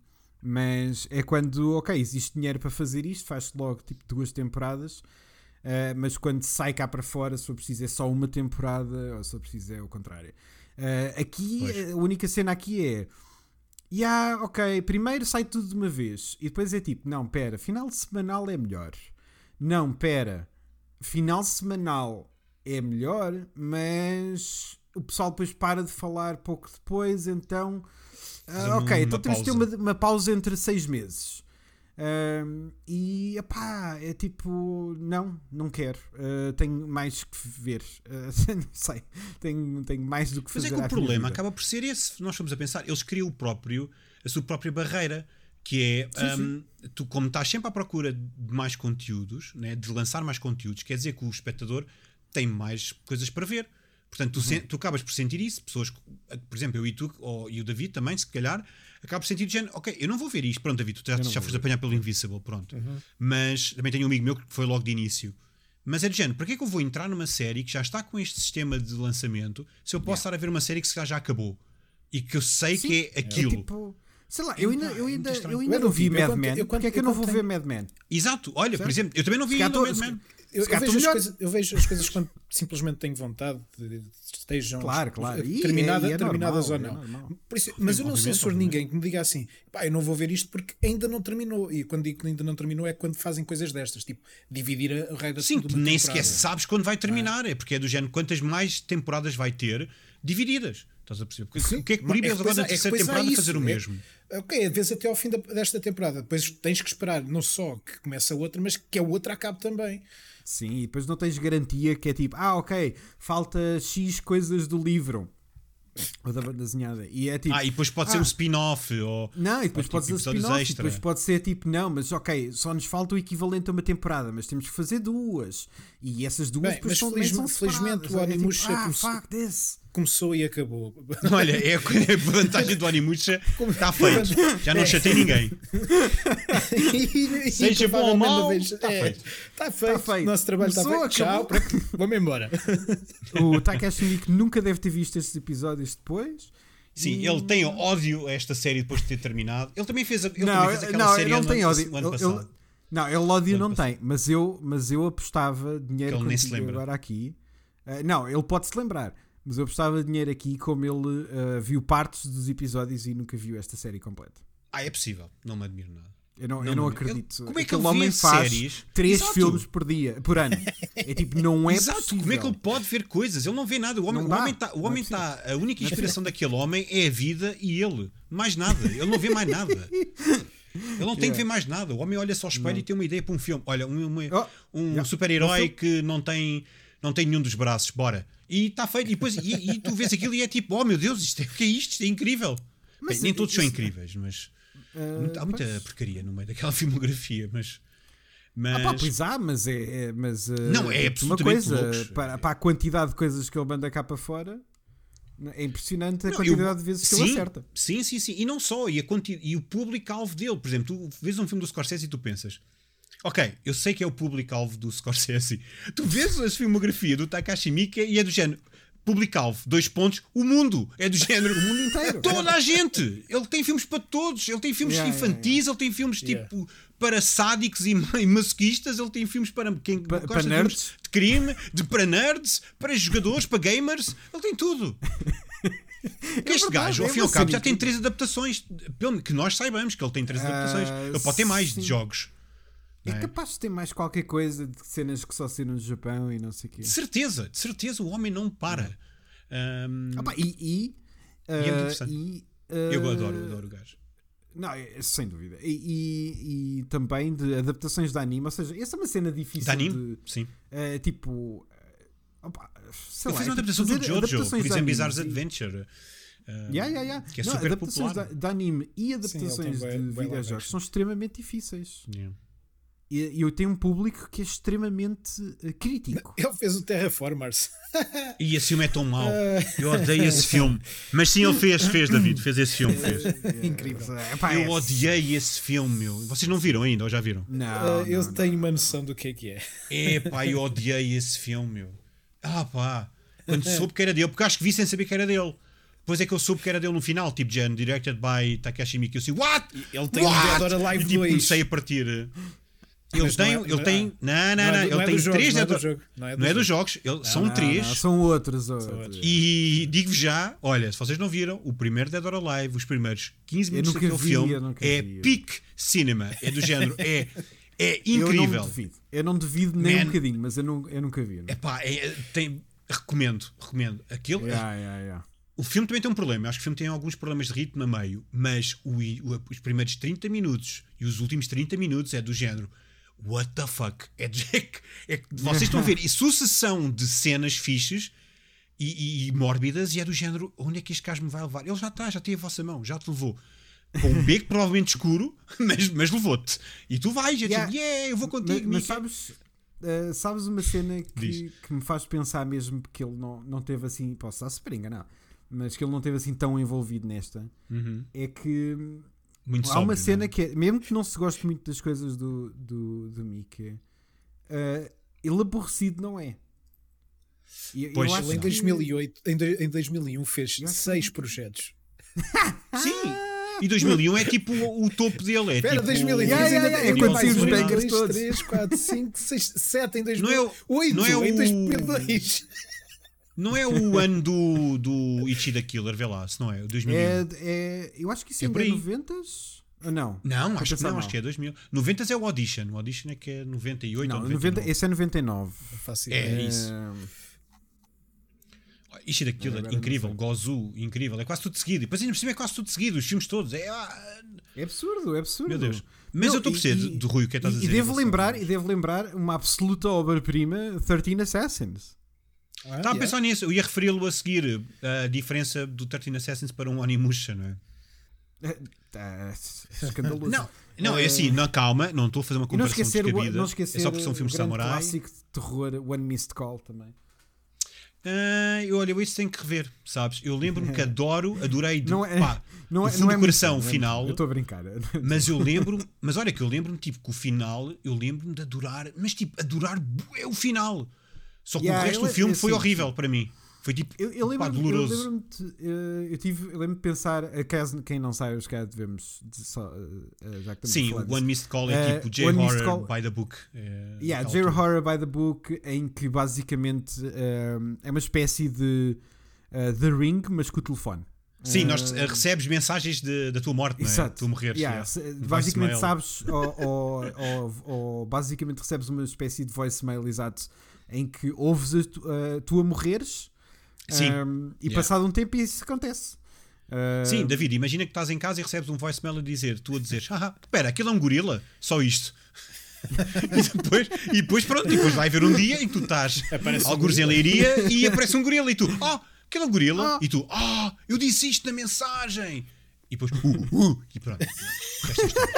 Mas é quando, ok, existe dinheiro para fazer isto, faz-se logo tipo duas temporadas. Uh, mas quando sai cá para fora, se for preciso é só uma temporada, ou se for preciso é o contrário. Uh, aqui, pois. A única cena aqui é yeah, ok, primeiro sai tudo de uma vez e depois é tipo, não, pera, final semanal é melhor. Não, pera, final semanal é melhor, mas o pessoal depois para de falar pouco depois, então uh, ok, então temos de ter uma, uma pausa entre seis meses. Um, e epá, é tipo, não, não quero, uh, tenho mais que ver, uh, não sei, tenho, tenho mais do que fazer. Mas é que o problema acaba por ser esse, nós fomos a pensar, eles criam o próprio, a sua própria barreira, que é, sim, um, sim. tu como estás sempre à procura de mais conteúdos, né, de lançar mais conteúdos, quer dizer que o espectador tem mais coisas para ver. Portanto, tu, uhum. sen- tu acabas por sentir isso. Pessoas, por exemplo, eu e tu, ou, e o David também, se calhar, acabam por sentir de género, ok, eu não vou ver isto. Pronto, David, tu já, já foste apanhar pelo Invincible, pronto. Uhum. Mas também tenho um amigo meu que foi logo de início. Mas é de género, para que é que eu vou entrar numa série que já está com este sistema de lançamento se eu posso yeah. estar a ver uma série que se calhar já acabou? E que eu sei Sim, que é aquilo. É tipo... Sei lá, eu ainda, eu ainda, eu ainda não vi Mad Men. Porquê é que eu não vou ver Mad Men? Exato, olha, certo? Por exemplo, eu também não vi ainda Mad Men. Eu, eu, vejo coisas, eu vejo as coisas quando simplesmente tenho vontade de, de estejam claro, claro. Terminada, e é, é terminadas normal, ou não. É Por isso, mas eu não censuro ninguém que me diga assim, pá, eu não vou ver isto porque ainda não terminou. E quando digo que ainda não terminou é quando fazem coisas destas, tipo dividir a regra. Sim, tu nem sequer sabes quando vai terminar, é. é porque é do género quantas mais temporadas vai ter divididas. Estás a perceber? Porque, sim, o que é que proíbe eles agora na terceira é temporada fazer o mesmo? É, ok, às vezes até ao fim da, desta temporada. Depois tens que esperar não só que comece a outra, mas que a outra acabe também. Sim, e depois não tens garantia que é tipo, ah, ok, falta X coisas do livro ou da banda desenhada. E é tipo, ah, e depois pode ah, ser um spin-off. Ou, não, e depois ou pode tipo ser um spin-off. E depois pode ser tipo, não, mas ok, só nos falta o equivalente a uma temporada, mas temos que fazer duas. E essas duas Bem, depois mas são, feliz, são felizmente o Onimusha é tipo, ah, começou, fuck this. começou e acabou. Olha, é a vantagem do Onimusha, está feito. Já não chatei ninguém. e, e, Seja e, bom ou mau, está é, feito. Está feito. Tá feito. Nosso trabalho está feito. Tchau. Vamos embora. O Takashi Miike nunca deve ter visto estes episódios depois. Sim, ele tem ódio a esta série depois de ter terminado. Ele também fez, ele não, também fez aquela não, série não tem ano, ódio. ano ele, passado. Ele, não, ele ódio não passado. tem, mas eu, mas eu apostava dinheiro contigo agora aqui. Uh, não, ele pode se lembrar, mas eu apostava dinheiro aqui como ele uh, viu partes dos episódios e nunca viu esta série completa. Ah, é possível, não me admiro nada. Eu não, não, eu não acredito. Ele, como é que Aquele ele homem faz séries? três Exato. filmes por dia, por ano. É tipo, não é Exato. possível. Como é que ele pode ver coisas? Ele não vê nada. O homem, o homem está, o homem está, a única inspiração daquele homem é a vida e ele. Mais nada. Ele não vê mais nada. Ele não tem yeah. que ver mais nada. O homem olha só ao espelho não. e tem uma ideia para um filme. Olha, um, um, oh, um yeah. super-herói que não tem, não tem nenhum dos braços. Bora. E está feito. E, depois, e, e tu vês aquilo e é tipo, oh meu Deus, isto é, o que é isto? Isto é incrível. Mas, Bem, nem todos isso, são incríveis, mas uh, há muita, há muita porcaria no meio daquela filmografia, mas... Mas... Ah, pá, pois há, mas é, é mas, uh, não, é absolutamente uma coisa loucos. para, para a quantidade de coisas que ele manda cá para fora. É impressionante a não, quantidade eu, de vezes sim, que ele acerta. Sim, sim, sim. E não só, e, a quanti... e o público-alvo dele. Por exemplo, tu vês um filme do Scorsese e tu pensas, ok, eu sei que é o público-alvo do Scorsese. Tu vês a filmografia do Takashi Miike e é do género, público-alvo, dois pontos, o mundo. É do género, o mundo inteiro. Toda a gente. Ele tem filmes para todos. Ele tem filmes yeah, infantis, yeah, yeah. ele tem filmes tipo... Yeah. para sádicos e masoquistas, ele tem filmes para quem pa, gosta para de, nerds. de crime, de, para nerds, para jogadores, para gamers, ele tem tudo. É este verdade, gajo, ao fim e ao cabo, já tem três adaptações, que nós saibamos que ele tem três uh, adaptações. Ele pode ter mais sim. de jogos. É, é capaz de ter mais qualquer coisa de cenas que só saíram no Japão e não sei o quê. De certeza, de certeza, o homem não para. Um, ah, pá, e, e, uh, e é muito interessante. E, uh, eu adoro, adoro o gajo. Não, é, sem dúvida. E, e, e também de adaptações de anime, ou seja, essa é uma cena difícil de anime, de, sim. Uh, tipo, uh, opa, sei eu lá, fiz uma é, adaptação tipo, do Jojo, por exemplo, Bizarre's e... Adventure. Uh, yeah, yeah, yeah. Que é não, super adaptações popular. De, de anime e adaptações sim, de bem, videojogos bem são extremamente difíceis. Yeah. E eu tenho um público que é extremamente uh, crítico. Ele fez o Terraformers. E esse filme é tão mau. Eu odeio esse filme. Mas sim, ele fez, fez, David. Fez esse filme. Fez. Incrível. Eu odiei esse filme, meu. Vocês não viram ainda ou já viram? Não. Uh, eu não, tenho não. uma noção do que é que é. É pá, eu odiei esse filme, meu. Ah pá. Quando soube que era dele, porque acho que vi sem saber que era dele. Depois é que eu soube que era dele no final, tipo, Gen, directed by Takashi Miike. Eu assim, what? Ele tem what? um Dead or Alive e, tipo, dois. comecei a partir. Ele tem, não é, ele tem, não, não, não, não, é do, ele não é tem do três, jogo, não, é do, do jogo, não é do não é dos jogo. jogos, ele, não, são não, três. Não, são outros. outros. São outros. E digo-vos já, olha, se vocês não viram, o primeiro Dead or Alive, os primeiros quinze minutos daquele vi, filme vi. é peak cinema, é do género, é, é incrível. Eu não duvido, eu não duvido nem Man. um bocadinho, mas eu, não, eu nunca vi. Não? Epá, é, tem, recomendo, recomendo. Aquele, yeah, yeah, yeah. O filme também tem um problema, eu acho que o filme tem alguns problemas de ritmo a meio, mas o, o, os primeiros trinta minutos e os últimos trinta minutos é do género what the fuck? É, de, é, é vocês estão a ver e sucessão de cenas fixes e, e, e mórbidas e é do género onde é que este gajo me vai levar? Ele já está, já tem a vossa mão, já te levou com um beco provavelmente escuro, mas, mas levou-te e tu vais, é tipo, yeah, eu vou contigo. Mas, mas sabes, uh, sabes uma cena que, que me faz pensar mesmo que ele não, não teve assim, posso estar super enganado, mas que ele não teve assim tão envolvido nesta, uhum. é que muito há sóbrio, uma cena não? que é, mesmo que não se goste muito das coisas do, do, do Miike, uh, ele aborrecido não é. E, pois, eu acho ele em que... dois mil e oito, em, do, em dois mil e um fez seis que... projetos. Sim. E dois mil e um é tipo o, o topo dele. É Espera, tipo dois mil e três yeah, ainda yeah, é yeah, quando saíram os bangers todos. três, quatro, cinco, seis, sete em dois mil e oito, não é, não é em o... dois mil e dois. Não é o ano do, do Ichida Killer, vê lá, se não é, o dois mil e um. É, é, eu acho que isso É ainda por é aí. noventas? Ou não? Não, acho que não, mal. acho que é dois mil. noventas é o Audition, o Audition é que é noventa e oito Não, ou noventa e nove. noventa, esse é noventa e nove. Faço É ideia. isso. Ishida Killer, Agora incrível. não Gozu, incrível. É quase tudo seguido. E depois ainda por cima é quase tudo seguido. Os filmes todos. É, ah, É absurdo, é absurdo. meu Deus. Mas Não, eu estou a perceber e- de Rui o que é que estás a E, dizer. e em devo relação lembrar, a- e devo lembrar uma absoluta obra-prima, thirteen Assassins. Ah, Estava a yeah. pensar nisso. Eu ia referi-lo a seguir. A diferença do thirteen Assassins para um Onimusha, não é? Tá, escandaloso. Não, não é assim. Não, calma. Não estou a fazer uma E não comparação esquecer, o, descabida. não esquecer É só porque são o filmes de grande samurai. clássico de terror, One Missed Call também. Ah, eu, olha, eu isso tenho que rever, sabes? Eu lembro-me que adoro, adorei de, Não é, pá, não do é, fundo não é do coração muito, o final, Eu estou a brincar. mas eu lembro-me, mas olha que eu lembro-me tipo que o final, eu lembro-me de adorar, mas tipo, adorar é o final. Só que Yeah, o resto eu- do filme eu- foi sim, horrível sim. para mim. Foi tipo, Eu, eu pá, lembro-me, eu, doloroso. lembro-me de, eh, eu tive, eu lembro de pensar, acaso quem não sabe, os caras devemos, de, só, eh, já que estamos Sim, a falar o disso. One Missed Call é Uh, tipo One Missed J-Horror Call- by the book. É, Yeah, naquela J-Horror altura. by the Book, em que basicamente eh, é uma espécie de eh, The Ring, mas com o telefone. Sim, Eh, nós eh, recebes mensagens de, da tua morte, não é? Exato. Tu morreres. Yeah, yeah. se- Um basicamente voicemail. sabes, ou, ou, ou, ou basicamente recebes uma espécie de voicemail exato em que ouves a tu, a tu a morreres. Sim. Um, e Yeah. passado um tempo isso acontece. Uh, Sim, David, imagina que estás em casa e recebes um voicemail a dizer, tu a dizer, ah, espera, aquilo é um gorila, só isto. e, depois, e depois pronto, e depois vai haver um dia em que tu estás Aparece um algures em gorila. Leiria e aparece um gorila e tu, ah, aquilo é um gorila, Ah. e tu, ah, eu disse isto na mensagem. E depois, uh, uh, e pronto. O resto é história.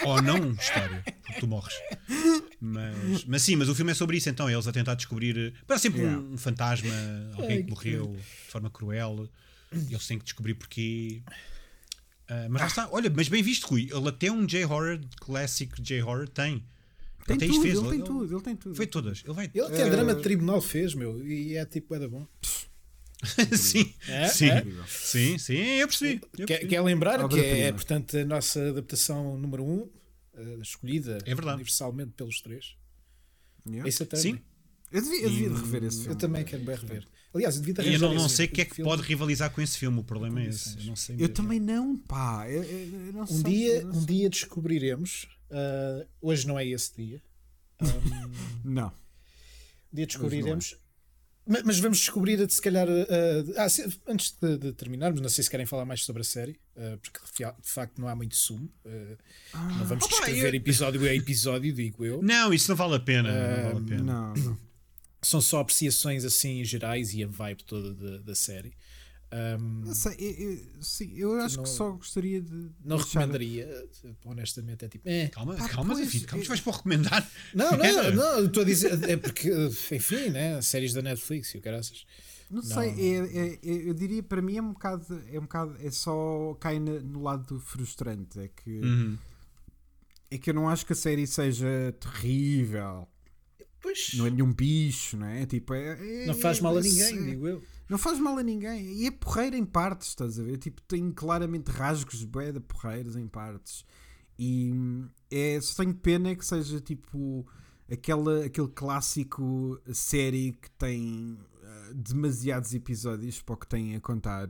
ou não história, porque tu morres. Mas, mas sim, mas o filme é sobre isso, então, eles a tentar descobrir. Parece sempre yeah. um, um fantasma, alguém é, que morreu de forma cruel. Eles têm que descobrir porquê. Uh, mas lá está, olha, mas bem visto, Rui. Ele até um J-Horror, clássico J-Horror, tem. Tem até tudo, fez. ele, ele tem tudo, ele tem tudo. Foi todas. Ele, vai... ele até uh... drama de tribunal fez, meu, e é tipo, era bom. sim, é, sim, é? sim, sim, eu percebi. Eu percebi. Quer, quer lembrar que é, é, portanto, a nossa adaptação número um, uh, escolhida é universalmente pelos três. Yeah. Ace Attorney. Sim. Eu devia, eu devia de rever esse filme. Eu também quero bem rever. Aliás, eu devia e eu não, não sei o que é que filme. Pode rivalizar com esse filme, o problema é esse. Eu, não sei eu também não, pá. Eu, eu não um, sei, dia, não um dia descobriremos. Uh, hoje não é esse dia. Um, não. Um dia descobriremos. Mas, mas vamos descobrir, se calhar. Uh, ah, se, antes de, de terminarmos, não sei se querem falar mais sobre a série, uh, porque de facto não há muito sumo. Uh, ah, não vamos opa, descrever eu... episódio a episódio, digo eu. Não, isso não vale a pena. Uh, não vale a pena. Não, não. São só apreciações assim gerais e a vibe toda da, da série. Um, eu, sei, eu, eu, sim, eu acho não, que só gostaria de. Não deixar... recomendaria, honestamente. É tipo. Eh. Calma, Pá, calma, pois, David, calma, eu... tu vais para recomendar. Não, não, não, estou a dizer. É porque, enfim, né? Séries da Netflix e o caraças. Não, não sei, é, é, é, eu diria para mim é um bocado. É um bocado. É só. Cai no, no lado frustrante. É que. Uhum. É que eu não acho que a série seja terrível. Pois. Não é nenhum bicho, não é? Tipo, é, é, não faz mal a ninguém, é, digo eu. Não faz mal a ninguém. E é porreira em partes, estás a ver? Tipo, tem claramente rasgos bué de porreiros em partes. E é, só tenho pena que seja tipo aquela, aquele clássico série que tem uh, demasiados episódios para o que tem a contar.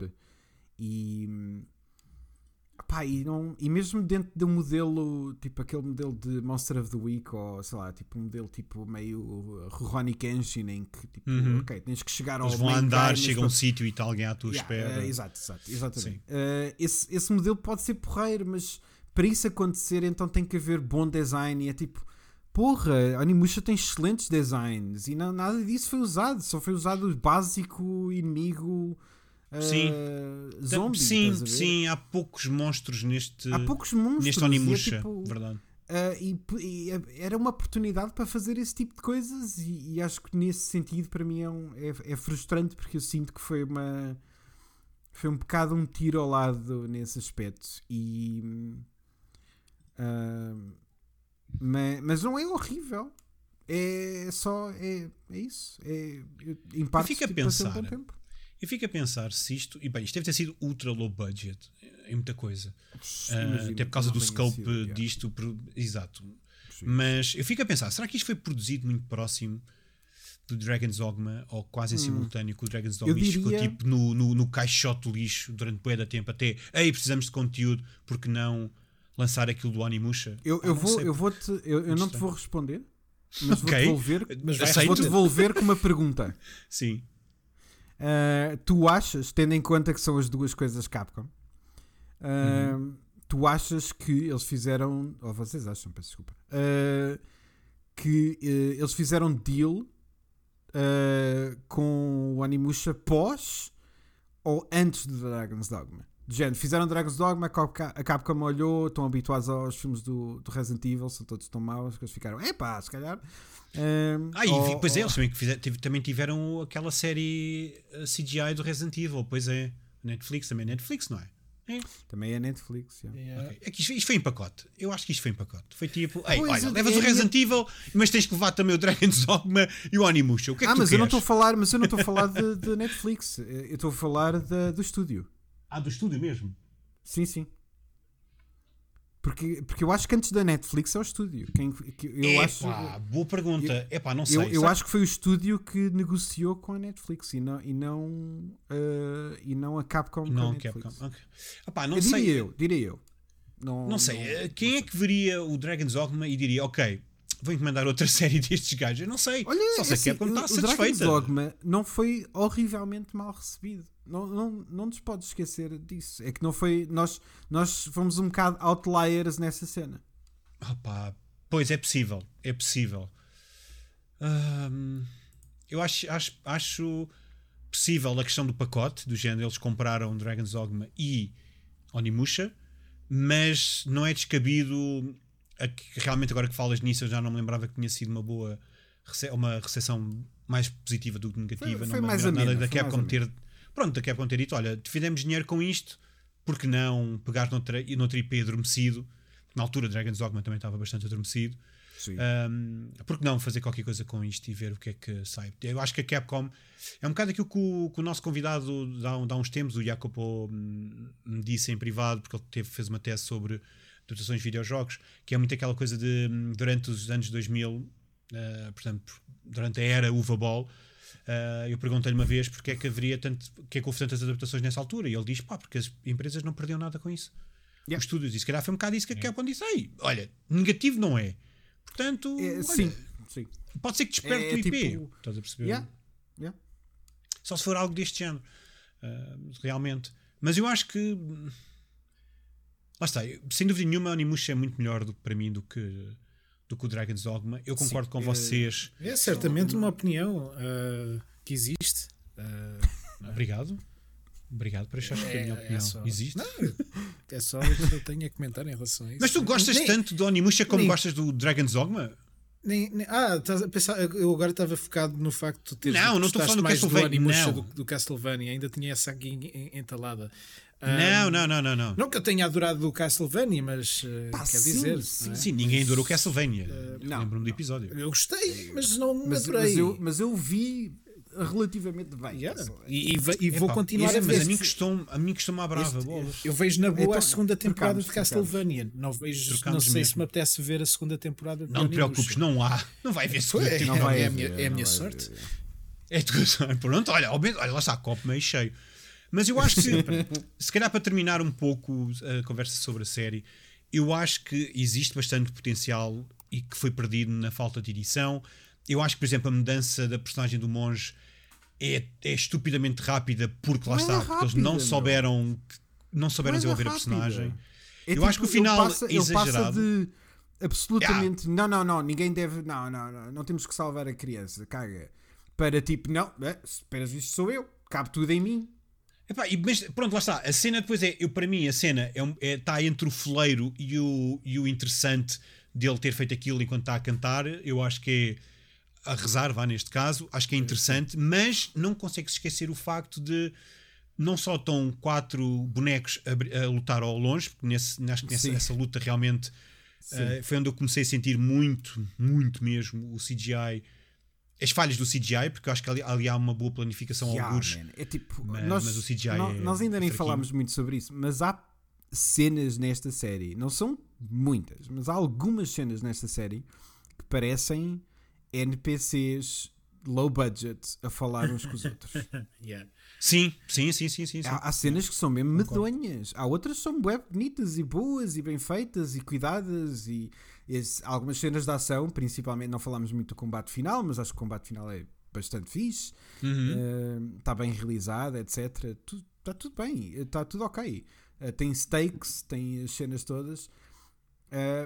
E... Pá, e, não, e mesmo dentro de um modelo, tipo aquele modelo de Monster of the Week, ou sei lá, tipo um modelo tipo meio Rurouni Kenshin, em que tipo, uhum. ok, tens que chegar ao Eles vão andar, chega a um sítio e está alguém à tua yeah, espera. Uh, exato, exato, exatamente. Uh, esse, esse modelo pode ser porreiro, mas para isso acontecer, então tem que haver bom design. E é tipo, porra, a Onimusha tem excelentes designs e não, nada disso foi usado, só foi usado o básico inimigo. Sim, uh, zombie, sim, sim, há poucos monstros neste, há poucos monstros, neste Onimusha, é tipo, verdade. Uh, e, e era uma oportunidade para fazer esse tipo de coisas e, e acho que nesse sentido para mim é, um, é, é frustrante porque eu sinto que foi uma foi um bocado um tiro ao lado nesse aspecto e uh, mas, mas não é horrível, é só é, é isso, é, em parte fica tipo, a pensar um bom tempo. Eu fico a pensar se isto... E bem, isto deve ter sido ultra low budget em muita coisa. Uh, até por causa do scope sido, yeah. disto. Por, exato. Sim. Mas eu fico a pensar, será que isto foi produzido muito próximo do Dragon's Dogma ou quase em hum. simultâneo com o Dragon's Dogma? Diria... Isto ficou tipo no, no, no caixote do lixo durante bué da tempo até, ei, precisamos de conteúdo, porque não lançar aquilo do Onimusha? Eu, eu, ah, vou, eu, vou te, eu, eu não te vou responder, mas vou okay. devolver, mas vou te devolver com uma pergunta. Sim. Uh, tu achas, tendo em conta que são as duas coisas Capcom, uh, uhum. tu achas que eles fizeram, ou vocês acham, peço desculpa, uh, que uh, eles fizeram deal uh, com o Onimusha pós ou antes do Dragon's Dogma? De género, fizeram Dragon's Dogma, a Capcom olhou, estão habituados aos filmes do, do Resident Evil, são todos tão maus que eles ficaram, epá, se calhar. Um, ah, e ou, pois é, ou... eles também, fizeram, também tiveram aquela série C G I do Resident Evil, pois é, Netflix também, Netflix, não é? é. Também é Netflix, yeah. Yeah. Okay. É que isto, isto foi em pacote, eu acho que isto foi em pacote. Foi tipo, ei, pois olha, é, levas é, o Resident é... Evil, mas tens que levar também o Dragon's Dogma e o Onimusha. O que é que ah, tu mas queres? eu não estou a falar, mas eu não estou a falar de, de Netflix, eu estou a falar de, do estúdio. Ah, do estúdio mesmo? Sim, sim. Porque, porque eu acho que antes da Netflix é o estúdio. Quem, que eu Epá, acho, boa pergunta. Eu, Epá, não sei. Eu, eu acho que foi o estúdio que negociou com a Netflix e não, e não, uh, e não a Capcom não, com a Netflix. Capcom. Okay. Epá, não eu sei. Diria eu, diria eu. Não, não sei. Não, Quem não é sei. que veria o Dragon's Dogma e diria, ok, vou encomendar outra série destes gajos? Eu não sei. Olha, só sei assim, que a Capcom está satisfeita. O Dragon's Dogma não foi horrivelmente mal recebido. Não, não, não nos podes esquecer disso. É que não foi. Nós, nós fomos um bocado outliers nessa cena. Opa, pois é possível. É possível. Hum, eu acho, acho, acho possível a questão do pacote, do género. Eles compraram Dragon's Dogma e Onimusha, mas não é descabido a que realmente agora que falas nisso eu já não me lembrava que tinha sido uma boa rece- uma recepção mais positiva do que negativa. Foi, não foi me mais lembro nada amena, da foi mais Capcom ter amena. pronto, da Capcom ter dito, olha, fizemos dinheiro com isto, porque não pegar noutra, noutra I P adormecido, na altura Dragon's Dogma também estava bastante adormecido. Sim. Um, porque não fazer qualquer coisa com isto e ver o que é que sai? Eu acho que a Capcom é um bocado aquilo que o, que o nosso convidado dá, dá uns tempos, o Jacopo, me disse em privado, porque ele teve, fez uma tese sobre adaptações de videojogos, que é muito aquela coisa de durante os anos dois mil, uh, portanto, durante a era Uva Ball. Uh, eu perguntei-lhe uma vez porque é que haveria tanto, porque é que houve tantas adaptações nessa altura, e ele diz, pá, porque as empresas não perdiam nada com isso. Yeah. Os estúdios, e se calhar foi um bocado isso que a Capcom disse, ei, olha, negativo não é. Portanto, É, olha, sim, sim. pode ser que desperte É, o I P. tipo- Estás a perceber? Yeah, yeah. Só se for algo deste género. Uh, realmente. Mas eu acho que. Lá está. Sem dúvida nenhuma, a Onimusha é muito melhor do, para mim do que, do que o Dragon's Dogma. Eu concordo Sim, com é- vocês. É certamente uma opinião uh, que existe. Uh, Obrigado. Obrigado por achares que a minha é opinião só- existe. Não, é só o que eu tenho a comentar em relação a isso. Mas tu gostas Nem- tanto do Onimusha como nem- gostas do Dragon's Dogma? nem- nem- ah, estás a pensar, eu agora estava focado no facto de tu teres Não, não estou gostaste falando do mais do Castlevania, Onimusha não. do, do Castlevania, ainda tinha essa aqui en- en- entalada. Ah, Não, não, não, não, não. Não que eu tenha adorado do Castlevania, mas uh, Pá, quer sim, dizer, sim. não é? Sim, ninguém adorou Castlevania. não, Lembro-me do episódio. eu gostei, mas não me Mas, adorei. mas, eu, mas eu vi relativamente bem. Yeah. E, e va- e vou Epá, continuar esse- a Mas ver. a mim custou-me a mim custou-me à brava. Este- bolas. Eu vejo na boa Então, a segunda temporada trocamos, de Castlevania. Não vejo, não Trocamos sei se mesmo. me apetece ver a segunda temporada de Não te Onimusha. preocupes, não há. Não vai haver segunda É, temporada. Não vai é a haver, minha, é a não minha vai sorte. haver. É tu, pronto, olha, ao menos- olha, lá está, copo meio cheio. Mas eu acho que, se calhar para terminar um pouco a conversa sobre a série, eu acho que existe bastante potencial e que foi perdido na falta de edição. Eu acho que, por exemplo, a mudança da personagem do monge é, é estupidamente rápida, porque lá Não é está, porque eles não rápida, souberam, não souberam Mas é desenvolver a rápida. personagem. É Eu tipo, acho que o ele final passa, é ele passa exagerado. de absolutamente não, não, não, ninguém deve, não, não, não, não temos que salvar a criança, caga. Para tipo, não, é, se esperas isto sou eu, cabe tudo em mim. Epá, e, mas pronto, lá está. A cena depois é, eu, para mim, a cena está é, um- é, tá entre o foleiro e o, e o interessante dele ter feito aquilo enquanto está a cantar. Eu acho que é a rezar, vá neste caso, acho que é interessante, mas não consegue se esquecer o facto de não só estão quatro bonecos a, br- a lutar ao longe, porque nesse, acho que nessa, Sim. essa luta realmente uh, foi onde eu comecei a sentir muito, muito mesmo o C G I, as falhas do C G I, porque eu acho que ali, ali há uma boa planificação ao Yeah, algures. man, é tipo, mas- nós, mas o C G I nó- é nós ainda nem fraquinho. falámos muito sobre isso, mas há cenas nesta série, não são muitas, mas há algumas cenas nesta série que parecem N P Cs low budget a falar uns com os outros. Yeah. Sim, sim, sim, sim, sim, sim. Há, há cenas que são mesmo medonhas. Há outras que são bem bonitas e boas e bem feitas e cuidadas. E esse- algumas cenas de ação, principalmente, não falámos muito do combate final, mas acho que o combate final é bastante fixe. Uhum. Está bem realizado, etcétera. Está tudo bem, está tudo ok. Uh, tem stakes, tem as cenas todas. Uh,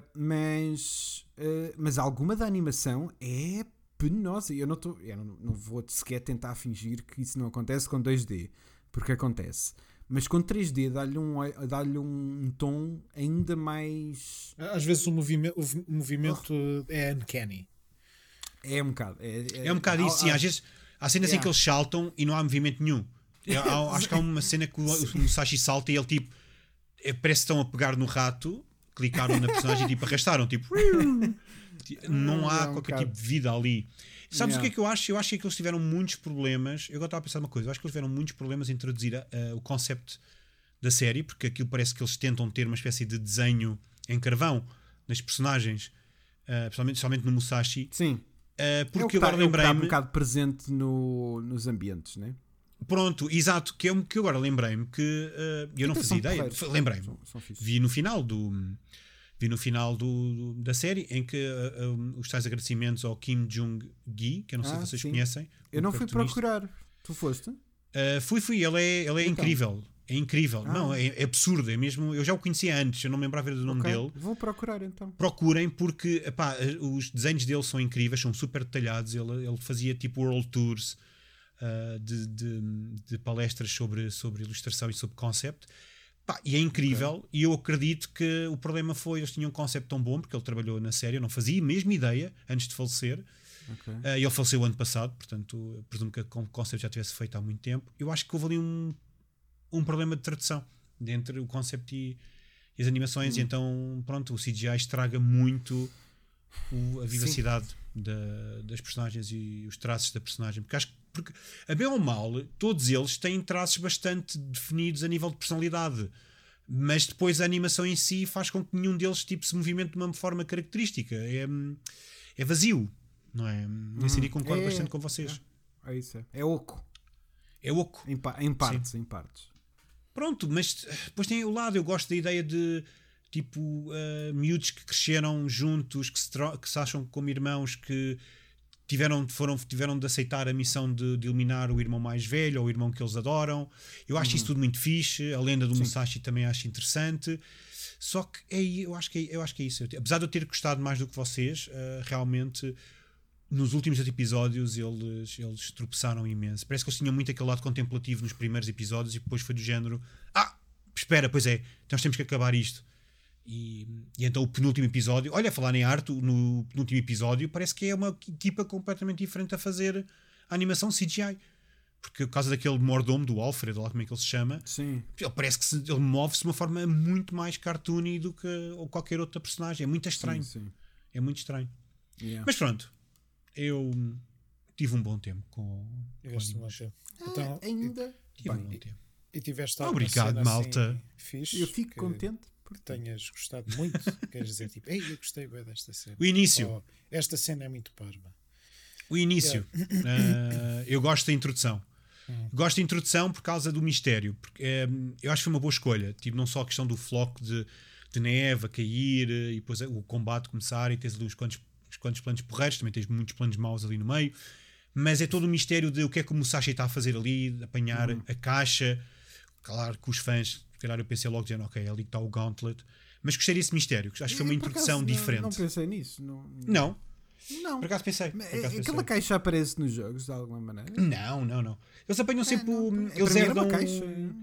mas, uh, mas alguma da animação é penosa. Eu não, tô, eu não, não vou sequer tentar fingir que isso não acontece com dois D, porque acontece. Mas com três D dá-lhe um, dá-lhe um tom ainda mais. Às vezes o movimento, o movimento é uncanny. É um bocado. É, É um bocado isso, sim. Às vezes há cenas em Yeah. que eles saltam e não há movimento nenhum. Eu- há- acho que há uma cena que o, o Musashi salta e ele tipo é, parece que estão a pegar no rato, clicaram na personagem e tipo arrastaram, tipo não há É um qualquer bocado. tipo de vida ali. Sabes Yeah. o que é que eu acho? Eu acho que eles tiveram muitos problemas. Eu agora estava a pensar uma coisa, eu acho que eles tiveram muitos problemas em introduzir a- a- o concept da série, porque aquilo parece que eles tentam ter uma espécie de desenho em carvão nas personagens, uh, principalmente, principalmente no Musashi. Sim. Uh, É o porque que agora está, é o que está um lembrei-me. bocado presente no, nos ambientes, né? Pronto, exato, que, é, que agora lembrei-me que uh, eu não Até fazia são ideia. porreiros. F- Lembrei-me. São- são fixes. Vi no final do. Vi no final do, do- da série em que uh, um, os tais agradecimentos ao Kim Jong-gi, que eu não sei Ah, se vocês sim. conhecem. Eu o não fui cartunista. procurar. Tu foste? Uh, fui, fui, ele é, ele é Então. incrível. É incrível. Ah. Não, é, é absurdo. É mesmo, eu já o conhecia antes, eu não me lembrava do nome Ok, dele. vou procurar então. Procurem porque epá, os desenhos dele são incríveis, são super detalhados. Ele, ele fazia tipo world tours uh, de, de, de palestras sobre, sobre ilustração e sobre concept. Pá, e é incrível, okay. E eu acredito que o problema foi, eles tinham um conceito tão bom, porque ele trabalhou na série, eu não fazia a mesma ideia antes de falecer. Okay. Uh, ele faleceu ano passado, portanto presumo que o conceito já tivesse feito há muito tempo. Eu acho que houve ali um, um problema de tradução entre o conceito e, e as animações, hum. E então pronto, o C G I estraga muito o, a vivacidade da, das personagens e os traços da personagem, porque acho que, porque, a bem ou mal, todos eles têm traços bastante definidos a nível de personalidade, mas depois a animação em si faz com que nenhum deles tipo, se movimente de uma forma característica. É, é vazio, não é? Nesse aí concordo é, bastante com vocês. É, é isso, é, é oco. É oco. Em, em partes, Sim. em partes. Pronto, mas depois tem o lado, eu gosto da ideia de tipo uh, miúdos que cresceram juntos, que se, que se acham como irmãos, que tiveram, foram, tiveram de aceitar a missão de, de eliminar o irmão mais velho ou o irmão que eles adoram. Eu acho uhum. isso tudo muito fixe. A lenda do Sim. Musashi também acho interessante. Só que é, eu, acho que é, eu acho que é isso. Apesar de eu ter gostado mais do que vocês, uh, realmente nos últimos episódios eles, eles tropeçaram imenso. Parece que eles tinham muito aquele lado contemplativo nos primeiros episódios e depois foi do género: ah, espera, pois é, nós temos que acabar isto. E, e então o penúltimo episódio, olha, a falar em arte, no penúltimo episódio parece que é uma equipa completamente diferente a fazer a animação C G I, porque por causa daquele mordomo do Alfred, ou como é que ele se chama, Sim. Ele parece que se, ele move-se de uma forma muito mais cartoony do que ou qualquer outra personagem. É muito estranho. Sim, sim. É muito estranho. Yeah. Mas pronto, eu tive um bom tempo com, com animes. Então, ah, ainda tive um bom tempo. E tiveste Obrigado, malta. Assim, fixe, eu fico contente porque tenhas gostado muito. Queres dizer tipo, ei, eu gostei bem desta cena. O início. Oh, esta cena é muito parva. O início. Yeah. uh, eu gosto da introdução. Hum. Gosto da introdução por causa do mistério. Porque um, eu acho que foi uma boa escolha. Tipo, não só a questão do floco de, de neve a cair e depois o combate começar e tens ali uns quantos, uns quantos planos porreiros. Também tens muitos planos maus ali no meio. Mas é todo o mistério de o que é que o Musashi está a fazer ali, de apanhar hum. a caixa. Claro que os fãs, se calhar eu pensei logo dizendo, ok, ali está o Gauntlet. Mas gostei desse mistério. Acho que foi uma é, introdução acaso, diferente. Não, não pensei nisso. Não. Não? Não. Por acaso pensei. Por acaso Aquela pensei. caixa aparece nos jogos de alguma maneira? Não, não, não. Eles apanham é, sempre não, o. É, eles herdam. Uma caixa.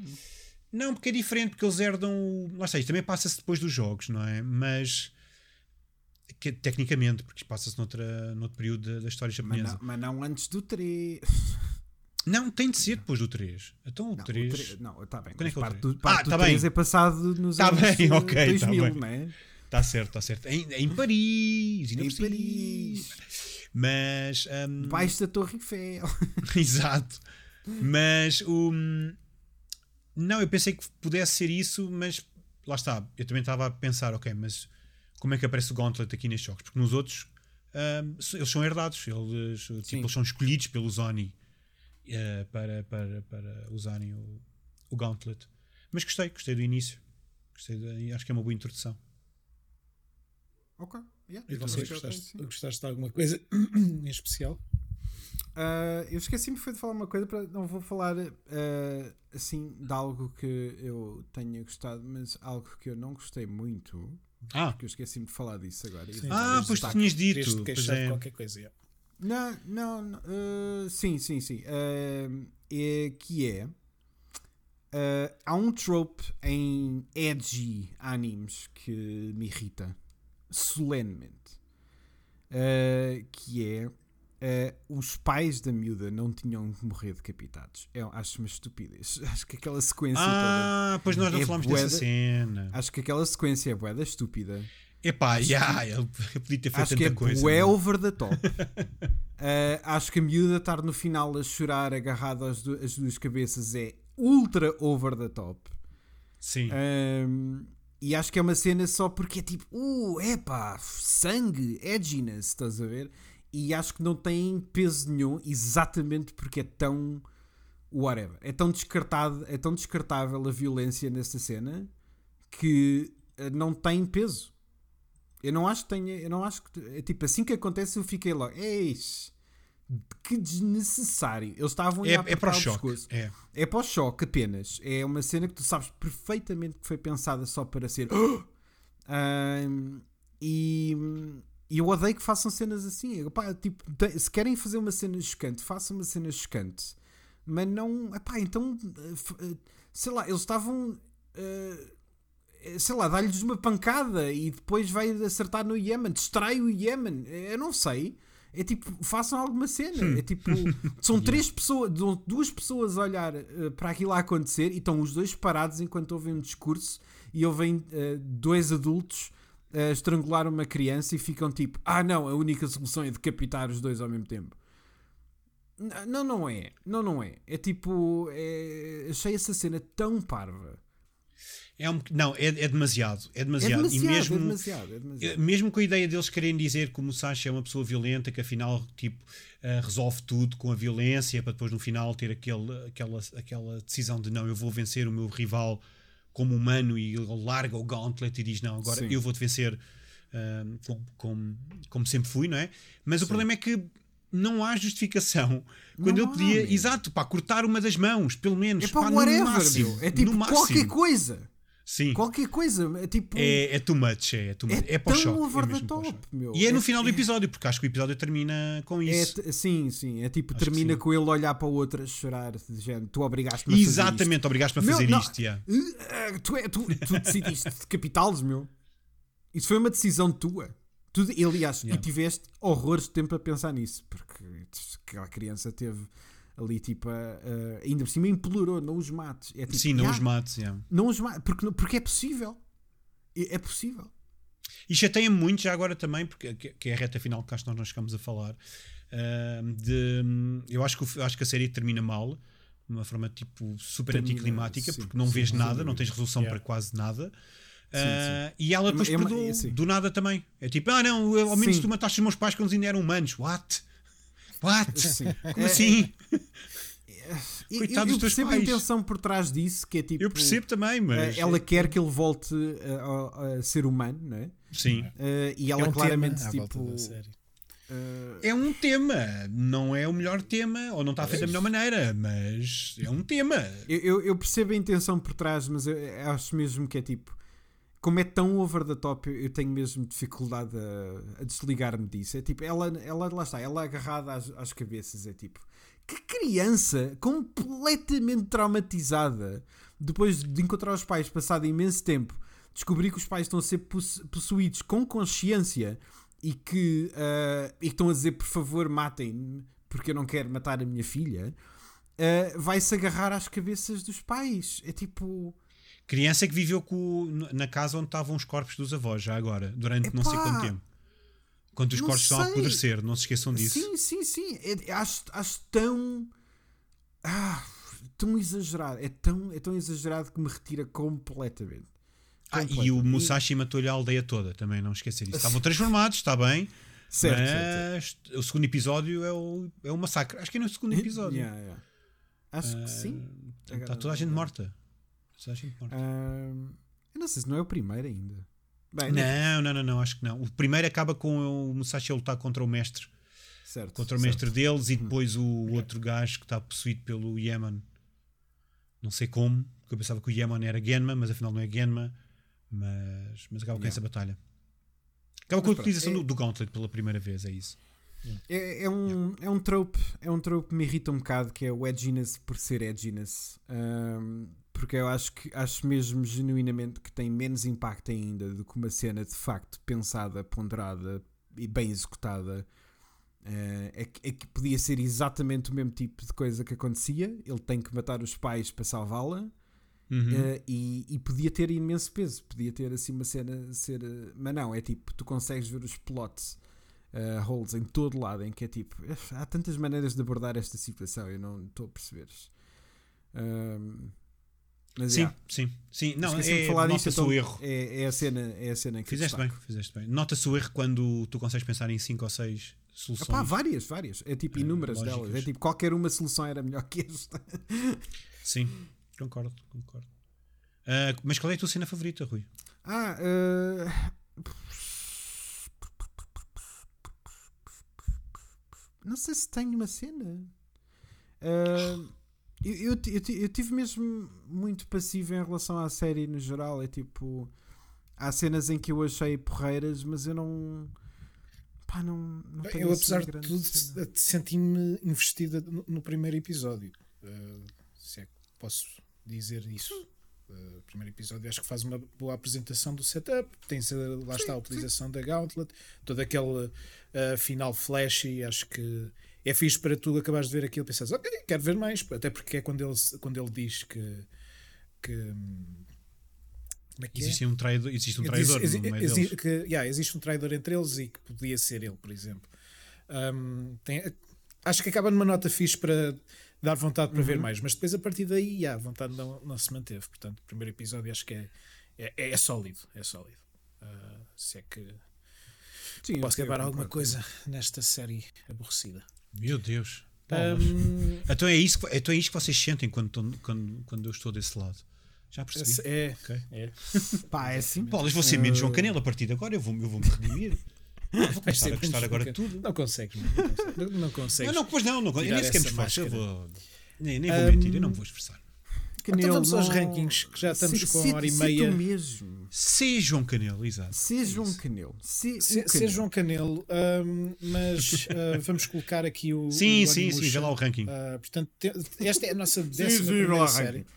Não, porque é diferente, porque eles herdam. Lá sei, também passa-se depois dos jogos, não é? Mas. Que, tecnicamente, porque passa-se noutra, noutro período da, da história japonesa. Mas não, mas não antes do três. Não, tem de ser depois do três. Então o não, três. O três não, está bem. Quando é que é o parte três? do, parte ah, do tá três bem. É passado nos tá anos bem, okay, dois mil, tá bem. não é? Está certo, está certo. Em, em Paris. Em Paris. Paris. Mas. Um... Debaixo da Torre Eiffel. Exato. Mas o. Um... Não, eu pensei que pudesse ser isso, mas lá está. Eu também estava a pensar, ok, mas como é que aparece o Gauntlet aqui nestes jogos? Porque nos outros um, eles são herdados, eles, tipo, eles são escolhidos pelo Zoni uh, para, para, para usarem o, o Gauntlet. Mas gostei, gostei do início. Gostei de, acho que é uma boa introdução. Ok. Yeah. E vocês gostaste, gostaste de alguma coisa em especial? Uh, eu esqueci-me foi de falar uma coisa, para, não vou falar uh, assim de algo que eu tenha gostado, mas algo que eu não gostei muito. Ah. Porque eu esqueci-me de falar disso agora. Ah, pois tu tinhas dito. Pois é. Qualquer coisa, yeah. Não, não, não uh, sim, sim, sim. Uh, é, que é uh, há um trope em edgy animes que me irrita solenemente, uh, que é uh, os pais da miúda não tinham que morrer decapitados. Eu acho uma estupidez. Acho que aquela sequência ah, toda pois nós não é falamos bué dessa da, cena. Acho que aquela sequência é bué da estúpida. Epá, acho yeah, eu podia ter feito acho tanta que é coisa. Bué é over the top. uh, acho que a miúda estar no final a chorar agarrada às, du- às duas cabeças é ultra over the top. Sim. Um, e acho que é uma cena só porque é tipo, uh, epá, sangue, edginess, estás a ver? E acho que não tem peso nenhum, exatamente porque é tão whatever. É tão descartado, é tão descartável a violência nessa cena que não tem peso. Eu não acho que tenha, eu não acho que, é tipo, assim que acontece eu fiquei logo, eis, que desnecessário. Eles estavam é, a é para o choque. É. é para o choque apenas. É uma cena que tu sabes perfeitamente que foi pensada só para ser um, e, e eu odeio que façam cenas assim. Epá, tipo, se querem fazer uma cena chocante, façam uma cena chocante, mas não, epá, então sei lá, eles estavam uh, sei lá, dá-lhes uma pancada e depois vai acertar no Iémen, distrai o Iémen. Eu não sei. É tipo, façam alguma cena. É tipo, são três pessoas, duas pessoas a olhar uh, para aquilo a acontecer e estão os dois parados enquanto ouvem um discurso e ouvem uh, dois adultos a estrangular uma criança e ficam tipo, ah não, a única solução é decapitar os dois ao mesmo tempo. Não, não é. Não, não é. É tipo, é, achei essa cena tão parva. É um, não, é, é demasiado. É demasiado. É demasiado, e mesmo, é demasiado, é demasiado. Mesmo com a ideia deles querem dizer que o Musashi é uma pessoa violenta, que afinal tipo, uh, resolve tudo com a violência, para depois no final ter aquele, aquela, aquela decisão de não, eu vou vencer o meu rival como humano, e ele larga o gauntlet e diz não, agora Sim. eu vou-te vencer uh, como, como, como sempre fui, não é? Mas Sim. o problema é que não há justificação quando não ele podia, há, exato, para cortar uma das mãos, pelo menos. É para o whatever, máximo, meu. É tipo qualquer coisa. Sim. Qualquer coisa. É tipo. É, é too much. É, too much. é, é para o choque. Over é the top, meu. E é no é, final do é, episódio, porque acho que o episódio termina com isso. É, sim, sim. É tipo, acho termina com ele olhar para o outro a chorar. De género, tu obrigaste-me a fazer Exatamente, isto. obrigaste-me a fazer meu, isto. Yeah. Uh, tu, é, tu, tu decidiste decapitá-los, meu. Isso foi uma decisão tua. Tu, aliás, yeah. e tiveste horrores de tempo a pensar nisso, porque aquela criança teve ali tipo a, a, ainda por cima implorou, não os mates. É tipo, Sim, não yeah, os mates, yeah. não os mates, porque, porque é possível. É, é possível. E chateia-me muito já agora também, porque que é a reta final que acho que nós não chegamos a falar. Uh, de, eu acho que, acho que a série termina mal, de uma forma tipo super termina, anticlimática, sim, porque não sim, vês sim, nada, sim, não tens resolução yeah. para quase nada. Sim, sim. Uh, e ela depois é, perdoou é, do nada também. É tipo, ah não, ao menos sim. tu mataste os meus pais quando eles ainda eram humanos. What? What? Sim. Como é, assim? É, Coitado eu, eu dos teus percebo pais. A intenção por trás disso, que é tipo. Eu percebo também, mas. Ela é... quer que ele volte a, a, a ser humano, não é? Sim. Uh, e ela é um claramente tema tipo. Uh... É um tema, não é o melhor tema, ou não está feito da melhor maneira, mas é um tema. Eu, eu, eu percebo a intenção por trás, mas eu acho mesmo que é tipo. Como é tão over the top, eu tenho mesmo dificuldade a, a desligar-me disso. É tipo, ela, ela lá está, ela agarrada às, às cabeças. É tipo, que criança completamente traumatizada, depois de encontrar os pais passado imenso tempo, descobrir que os pais estão a ser possuídos com consciência e que, uh, e que estão a dizer, por favor, matem-me porque eu não quero matar a minha filha, uh, vai-se agarrar às cabeças dos pais. É tipo... Criança que viveu com, na casa onde estavam os corpos dos avós, já agora, durante Epá, não sei quanto tempo. Quando os corpos sei. estão a apodrecer, não se esqueçam disso. Sim, sim, sim. É, acho, acho tão. Ah, tão exagerado. É tão, é tão exagerado que me retira completamente. Ah, completamente. E o Musashi matou-lhe a aldeia toda, também não esquecer isso. Estavam transformados, está bem. Certo, mas certo. O segundo episódio é o, é o massacre. Acho que é no segundo episódio. Yeah, yeah. Acho uh, que sim. Está toda a gente morta. Uh, eu não sei se não é o primeiro ainda. Bem, não, não, não, não, acho que não. O primeiro acaba com o Musashi a lutar contra o mestre. Certo, contra o certo. mestre deles e depois o outro gajo que está possuído pelo Iémen. Não sei como, porque eu pensava que o Iémen era Genma, mas afinal não é Genma. Mas, mas acaba com yeah. essa batalha. Acaba com a utilização é... do, do Gauntlet pela primeira vez, é isso. É, é, um, é um trope, é um trope que me irrita um bocado, que é o edginess por ser edginess. Um, porque eu acho que acho mesmo genuinamente que tem menos impacto ainda do que uma cena de facto pensada, ponderada e bem executada. Uh, é, que, é que podia ser exatamente o mesmo tipo de coisa que acontecia. Ele tem que matar os pais para salvá-la. Uhum. Uh, e, e podia ter imenso peso, podia ter assim uma cena ser, uh, mas não, é tipo, tu consegues ver os plots uh, holes em todo lado, em que é tipo, há tantas maneiras de abordar esta situação, eu não estou a perceber. Uh, Mas sim, yeah. sim, sim. Não, é, é, nota-se então, o erro. É, é, a cena, é a cena que fizeste bem, fizeste bem. Nota-se o erro quando tu consegues pensar em cinco ou seis soluções. Epá, várias, várias. É tipo inúmeras é, delas. É tipo qualquer uma solução era melhor que esta. Sim, concordo, concordo. Uh, mas qual é a tua cena favorita, Rui? Ah, uh... não sei se tenho uma cena. Uh... Eu, eu, eu, eu tive mesmo muito passivo em relação à série no geral. É tipo, há cenas em que eu achei porreiras, mas eu não. Pá, não, não tenho. Eu, apesar de tudo, senti-me investida no, no primeiro episódio. Uh, se é que posso dizer isso. Uh, o primeiro episódio acho que faz uma boa apresentação do setup. Tens a, lá está a utilização da Gauntlet, todo aquele uh, final flashy. Acho que é fixe para tu acabares de ver aquilo e pensares, ok, quero ver mais. Até porque é quando ele, quando ele diz que. que como é que existe, é? Um traidor, existe um traidor Existe, no meio exi, deles. que, yeah, existe um traidor entre eles e que podia ser ele, por exemplo. Um, tem, acho que acaba numa nota fixe para dar vontade para uhum. ver mais, mas depois a partir daí yeah, a vontade não, não se manteve. Portanto, o primeiro episódio acho que é, é, é, é sólido. É sólido. Uh, se é que Sim, posso acabar alguma coisa nesta série aborrecida. Meu Deus. Um, então, é isso que, então é isto que vocês sentem quando, quando, quando eu estou desse lado. Já percebi. É, okay. é. Pá, é assim. Paulo, eu vou ser menos João Canelo a partir de agora. Eu vou, eu vou me redimir. Eu vou começar a gostar agora de tudo. Não consegues, não consegues. Não consegues. Não, não, pois não, não eu nem sequer me esforço. Eu vou, nem, nem vou um, mentir, eu não me vou esforçar. Canelo, então vamos aos rankings, que já estamos se, com uma hora e meia. Se mesmo. Se João Canelo, exato. Se João Canelo. Se, se, se João Canelo, um, mas uh, vamos colocar aqui o. Sim, o sim, sim, vê lá o ranking. Uh, portanto, te, esta é a nossa décima sim, primeira série. Ranking.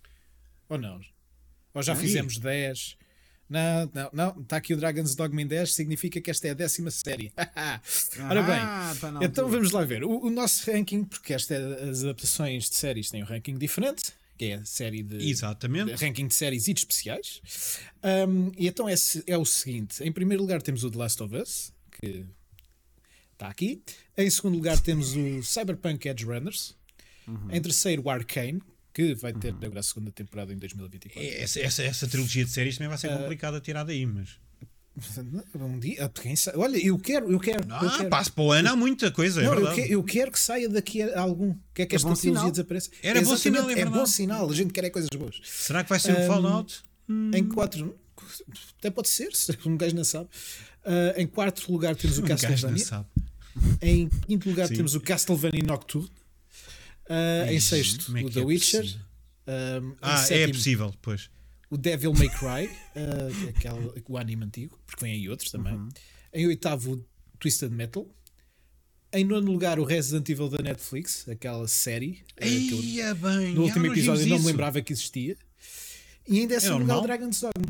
Ou não? Ou já sim. fizemos dez? Não, não, não. Está aqui o Dragon's Dogma em dez, significa que esta é a décima série. Ora bem, ah, tá então vamos lá ver. O, o nosso ranking, porque esta, as adaptações de séries têm um ranking diferente, que é a série de, Exatamente. de ranking de séries e de especiais. Um, e então é, é o seguinte: em primeiro lugar temos o The Last of Us, que está aqui. Em segundo lugar temos o Cyberpunk Edge Runners. Uhum. Em terceiro, o Arcane, que vai ter uhum. agora a segunda temporada em dois mil e vinte e quatro. Essa, essa, essa trilogia de séries também vai ser uh, complicada a tirar daí, mas... Um dia, quem sabe? Olha, eu quero, eu quero. Ah, eu quero. Passo para o ano, há muita coisa. Não, é eu, que, eu quero que saia daqui a algum. Quer que é esta trilogia sinal. desapareça. Era bom sinal, é, é bom sinal. A gente quer é coisas boas. Será que vai ser um, um Fallout? Em quatro. Até pode ser, um gajo não sabe. Uh, em quarto lugar temos o um Castlevania. Em quinto lugar Sim. temos o Castlevania Nocturne. Uh, em sexto, é o The é Witcher. Um, ah, sétimo, é possível, pois. O Devil May Cry, uh, aquele, o anime antigo, porque vem aí outros também. Uhum. Em oitavo, o Twisted Metal. Em nono lugar, o Resident Evil da Netflix, aquela série. Eia, uh, que eu, bem, no último episódio não isso. me lembrava que existia. E em décimo é lugar, o Dragon's Dogma.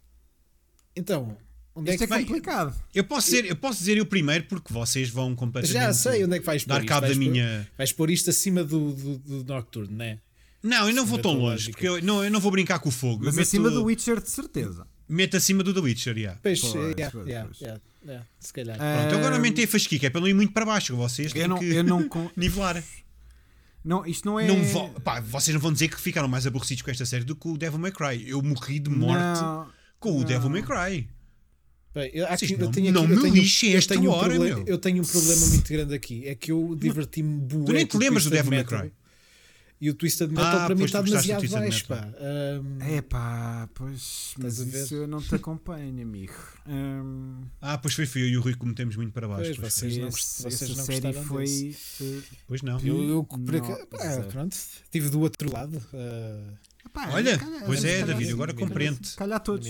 Então, onde Isto é que é complicado? Eu posso, dizer, eu posso dizer eu primeiro, porque vocês vão completamente. Já sei onde é que vais pôr dar cabo da pôr, minha. Vais pôr isto acima do, do, do Nocturne, não é? Não, eu não vou tão longe, porque eu não, eu não vou brincar com o fogo. Mas eu acima meto, do Witcher, de certeza. Meto acima do The Witcher, já. Yeah. Pois, pois, yeah, pois, yeah, pois. Yeah, yeah, se calhar. Pronto, agora aumentei a fasquica, é para não ir muito para baixo. Vocês têm eu não, que eu não con... nivelar. Não, isto não é. Não vo... Pá, vocês não vão dizer que ficaram mais aborrecidos com esta série do que o Devil May Cry. Eu morri de morte não, com não. o Devil May Cry. Bem, eu, aqui, não, eu tenho não aqui, me eu tenho, lixem esta eu tenho hora, um problema, meu. Eu tenho um problema muito grande aqui. É que eu diverti-me bué. Tu nem te lembras do Devil May Cry. E o Twisted Metal ah, para mim está demasiado Twisted baixo, pá. Um, é pá, pois, mas isso eu não te acompanho, amigo. Um, ah, pois foi, foi eu e o Rui que metemos muito para baixo. Pois, pois vocês foi. não, esse, vocês essa não série gostaram foi. Desse. Pois não. Eu, eu por aqui, pá, pronto, estive do outro lado. Uh, Epá, Olha, calhar, pois é, David, assim, agora compreendo. Calhar todos.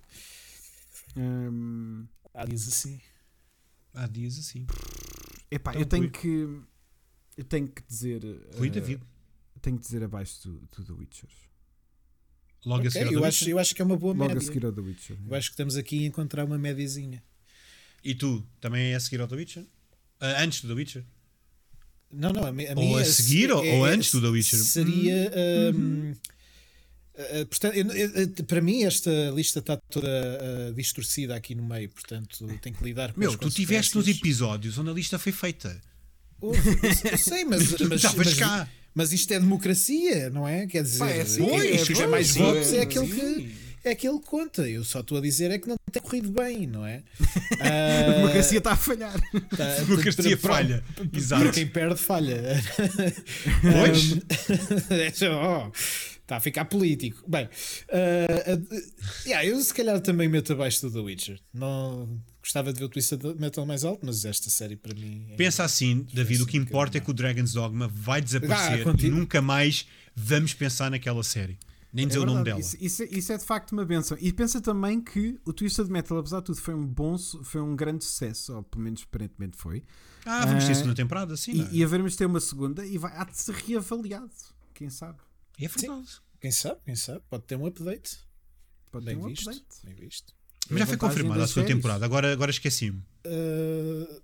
Um, Há dias assim. Há dias assim. Epá, então, eu tenho Rui. que. Eu tenho que dizer. Rui uh, David. Tenho que dizer abaixo do, do The Witcher. Logo okay, a seguir ao eu The acho, Witcher? Eu acho que é uma boa Logo média. a seguir ao The Witcher. Eu é. acho que estamos aqui a encontrar uma médiazinha. E tu? Também é a seguir ao The Witcher? Uh, antes do The Witcher? Não, não. A, a ou a seguir é, ou, é, ou antes do The Witcher? Seria... Hum. Um, uh, portanto, eu, eu, para mim esta lista está toda uh, distorcida aqui no meio. Portanto, tenho que lidar com Meu, as tu tiveste nos episódios onde a lista foi feita. Oh, eu, eu sei, mas... mas, mas cá. Mas isto é democracia, não é? Quer dizer, Pá, é assim, quem é, tiver é, mais sim, votos é, é aquele sim. que é aquele que conta. Eu só estou a dizer é que não tem corrido bem, não é? A democracia está a falhar. Tá, a democracia para, falha. Para, Exato. Para quem perde, falha. Pois? um, oh, está a ficar político. Bem, uh, uh, yeah, eu se calhar também meto abaixo do The Witcher. Não... Gostava de ver o Twisted Metal mais alto, mas esta série para mim... É... Pensa assim, David, o que importa é que o Dragon's Dogma vai desaparecer ah, e nunca mais vamos pensar naquela série. Nem dizer é o nome dela. Isso, isso, isso é de facto uma benção. E pensa também que o Twisted Metal, apesar de tudo, foi um bom, foi um grande sucesso, ou pelo menos aparentemente foi. Ah, vamos ter uh, segunda temporada, sim. E, e havermos ter uma segunda e vai, há de ser reavaliado, quem sabe. É verdade. Quem sabe, quem sabe, pode ter um update. Pode Bem ter um visto, update. bem visto. Mas já foi confirmada a segunda temporada, agora, agora esqueci-me. Uh,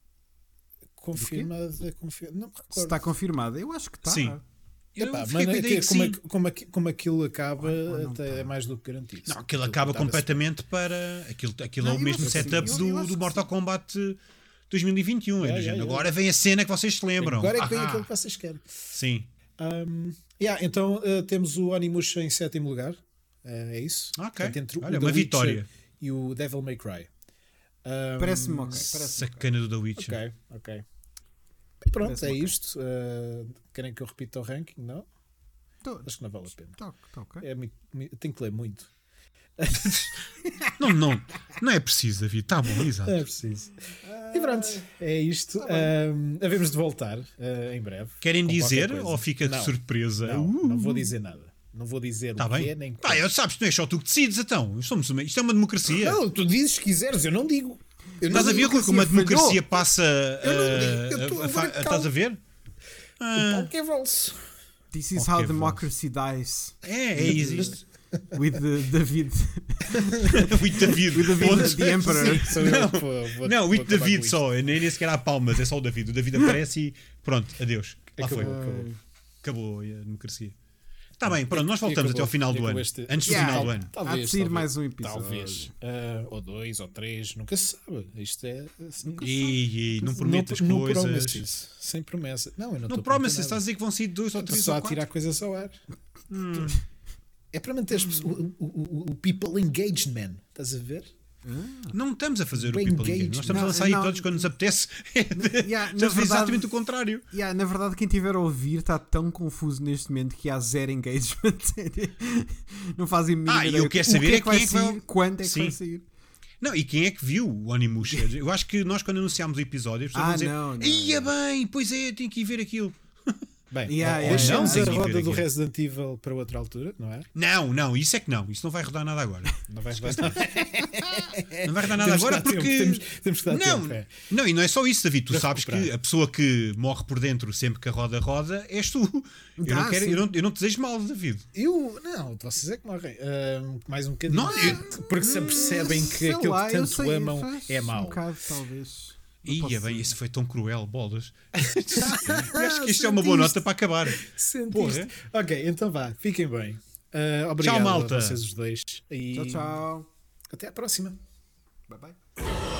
confirmada, confir... não me recordo. Se está confirmada, eu acho que está. Sim. Epá, Eu mas fiquei com a é ideia que, que como, sim. aqu- como, aqu- como aquilo acaba, Ou não até tá. é mais do que garantido. Não, aquilo Aquilo acaba estava-se- completamente para. Aquilo, aquilo Não, é o eu mesmo acho que sim. setup Eu- do, eu acho do que Mortal Kombat dois mil e vinte e um. É Yeah, do yeah, género. yeah. Agora vem a cena que vocês se lembram. Agora é que vem Ah, aquilo que vocês querem. Sim. Um, yeah, então uh, temos o Onimusha em sétimo lugar. Uh, é isso? Ok. Portanto, entre o Olha, The uma Witcher vitória. e o Devil May Cry. Um, Parece-me ok. Parece Sacana do The Witcher. Ok, ok. E pronto, Parece-me é ok. isto. Uh, querem que eu repita o ranking? Não? Tô- Acho que não vale a pena. tá- tá ok. É muito, muito- tenho que ler muito. Não, não, não é preciso, David. Está bom, exato. É preciso. E pronto, é isto. Um, havemos de voltar uh, em breve. Querem com dizer qualquer coisa. ou fica de Não, surpresa? Não, Uh, não vou dizer nada. Não vou dizer Tá o que bem. é, nem Pá, eu, sabes, não é só tu que decides, então. Somos uma, isto é uma democracia. Não, tu dizes se quiseres, eu não digo. Eu não Estás a ver digo. como a democracia falhou. passa. Eu não uh, digo, eu tô a- a- agora fa- calmo. Estás a ver? O Ah, palco é valso. This is Ok, how vou. democracy dies. é, é isso. With the David. With David. With David, Ponto. the Emperor. Sim, sou eu que vou- vou- Não, vou with acabar David com só. Nem, nem sequer há palmas, é só o David. O David aparece e pronto, adeus. Lá Acabou, foi. acabou. Acabou a democracia. Está bem, pronto, nós voltamos acabou, até ao final do acabou ano. este- Antes do Yeah. final do ano. Talvez, Há de sair talvez. mais um episódio. Talvez. Ah, ou dois, ou três, nunca se sabe. Isto é. Nunca se E, e não sabe. prometas no, no coisas. promises, sem promessa. Não, eu não Não estou promises, prometendo estás a dizer que vão sair dois ou nada. três Só ou a quatro. tirar coisas ao ar. É para manter as pessoas- o, o, o, o people engaged, man. Estás a ver? Não estamos a fazer o Bem people engaged. engagement. Nós estamos Não, a lançar não. episódios quando nos apetece. Yeah, na Já fez verdade- exatamente o contrário. Yeah, na verdade, quem estiver a ouvir está tão confuso neste momento que há zero engagement. Não fazem a mínima Ah, e ideia. eu quero O saber que é é que vai quem é que vai- sair, quando é que Sim. vai sair. Não, e quem é que viu o Onimusha? Eu acho que nós, quando anunciámos o episódio, as pessoas Ah, vão dizer: não, não, ia não. bem, pois é, tenho que ir ver aquilo. Bem, Yeah, ou- yeah, deixamos yeah. a Não, roda tenho que do ir ver Resident Evil para outra altura, não é? Não, não, isso é que não. Isso não vai rodar nada agora. Não vais dar Não vai rodar nada Temos que agora dar tempo, porque. temos- temos que dar não, tempo, é. não, e não é só isso, David. Tu Para sabes recuperar. que a pessoa que morre por dentro sempre que a roda roda és tu. Eu, Ah, não, quero, sim. eu, não, eu não te desejo mal, David. Eu, não, vocês é que morrem. Ah, mais um bocadinho. Não, eu- Porque se percebem que Sei aquilo lá, que eu tanto sei, amam faz é Um mau. bocado, talvez. Não Ia posso bem, dizer. isso foi tão cruel, bolas. Eu acho que isto é uma boa nota para acabar. Sentiste? Porra. Ok, então vá, fiquem bem. Ah, obrigado Tchau, malta. a vocês os dois. E Tchau, tchau. até à próxima. Bye bye.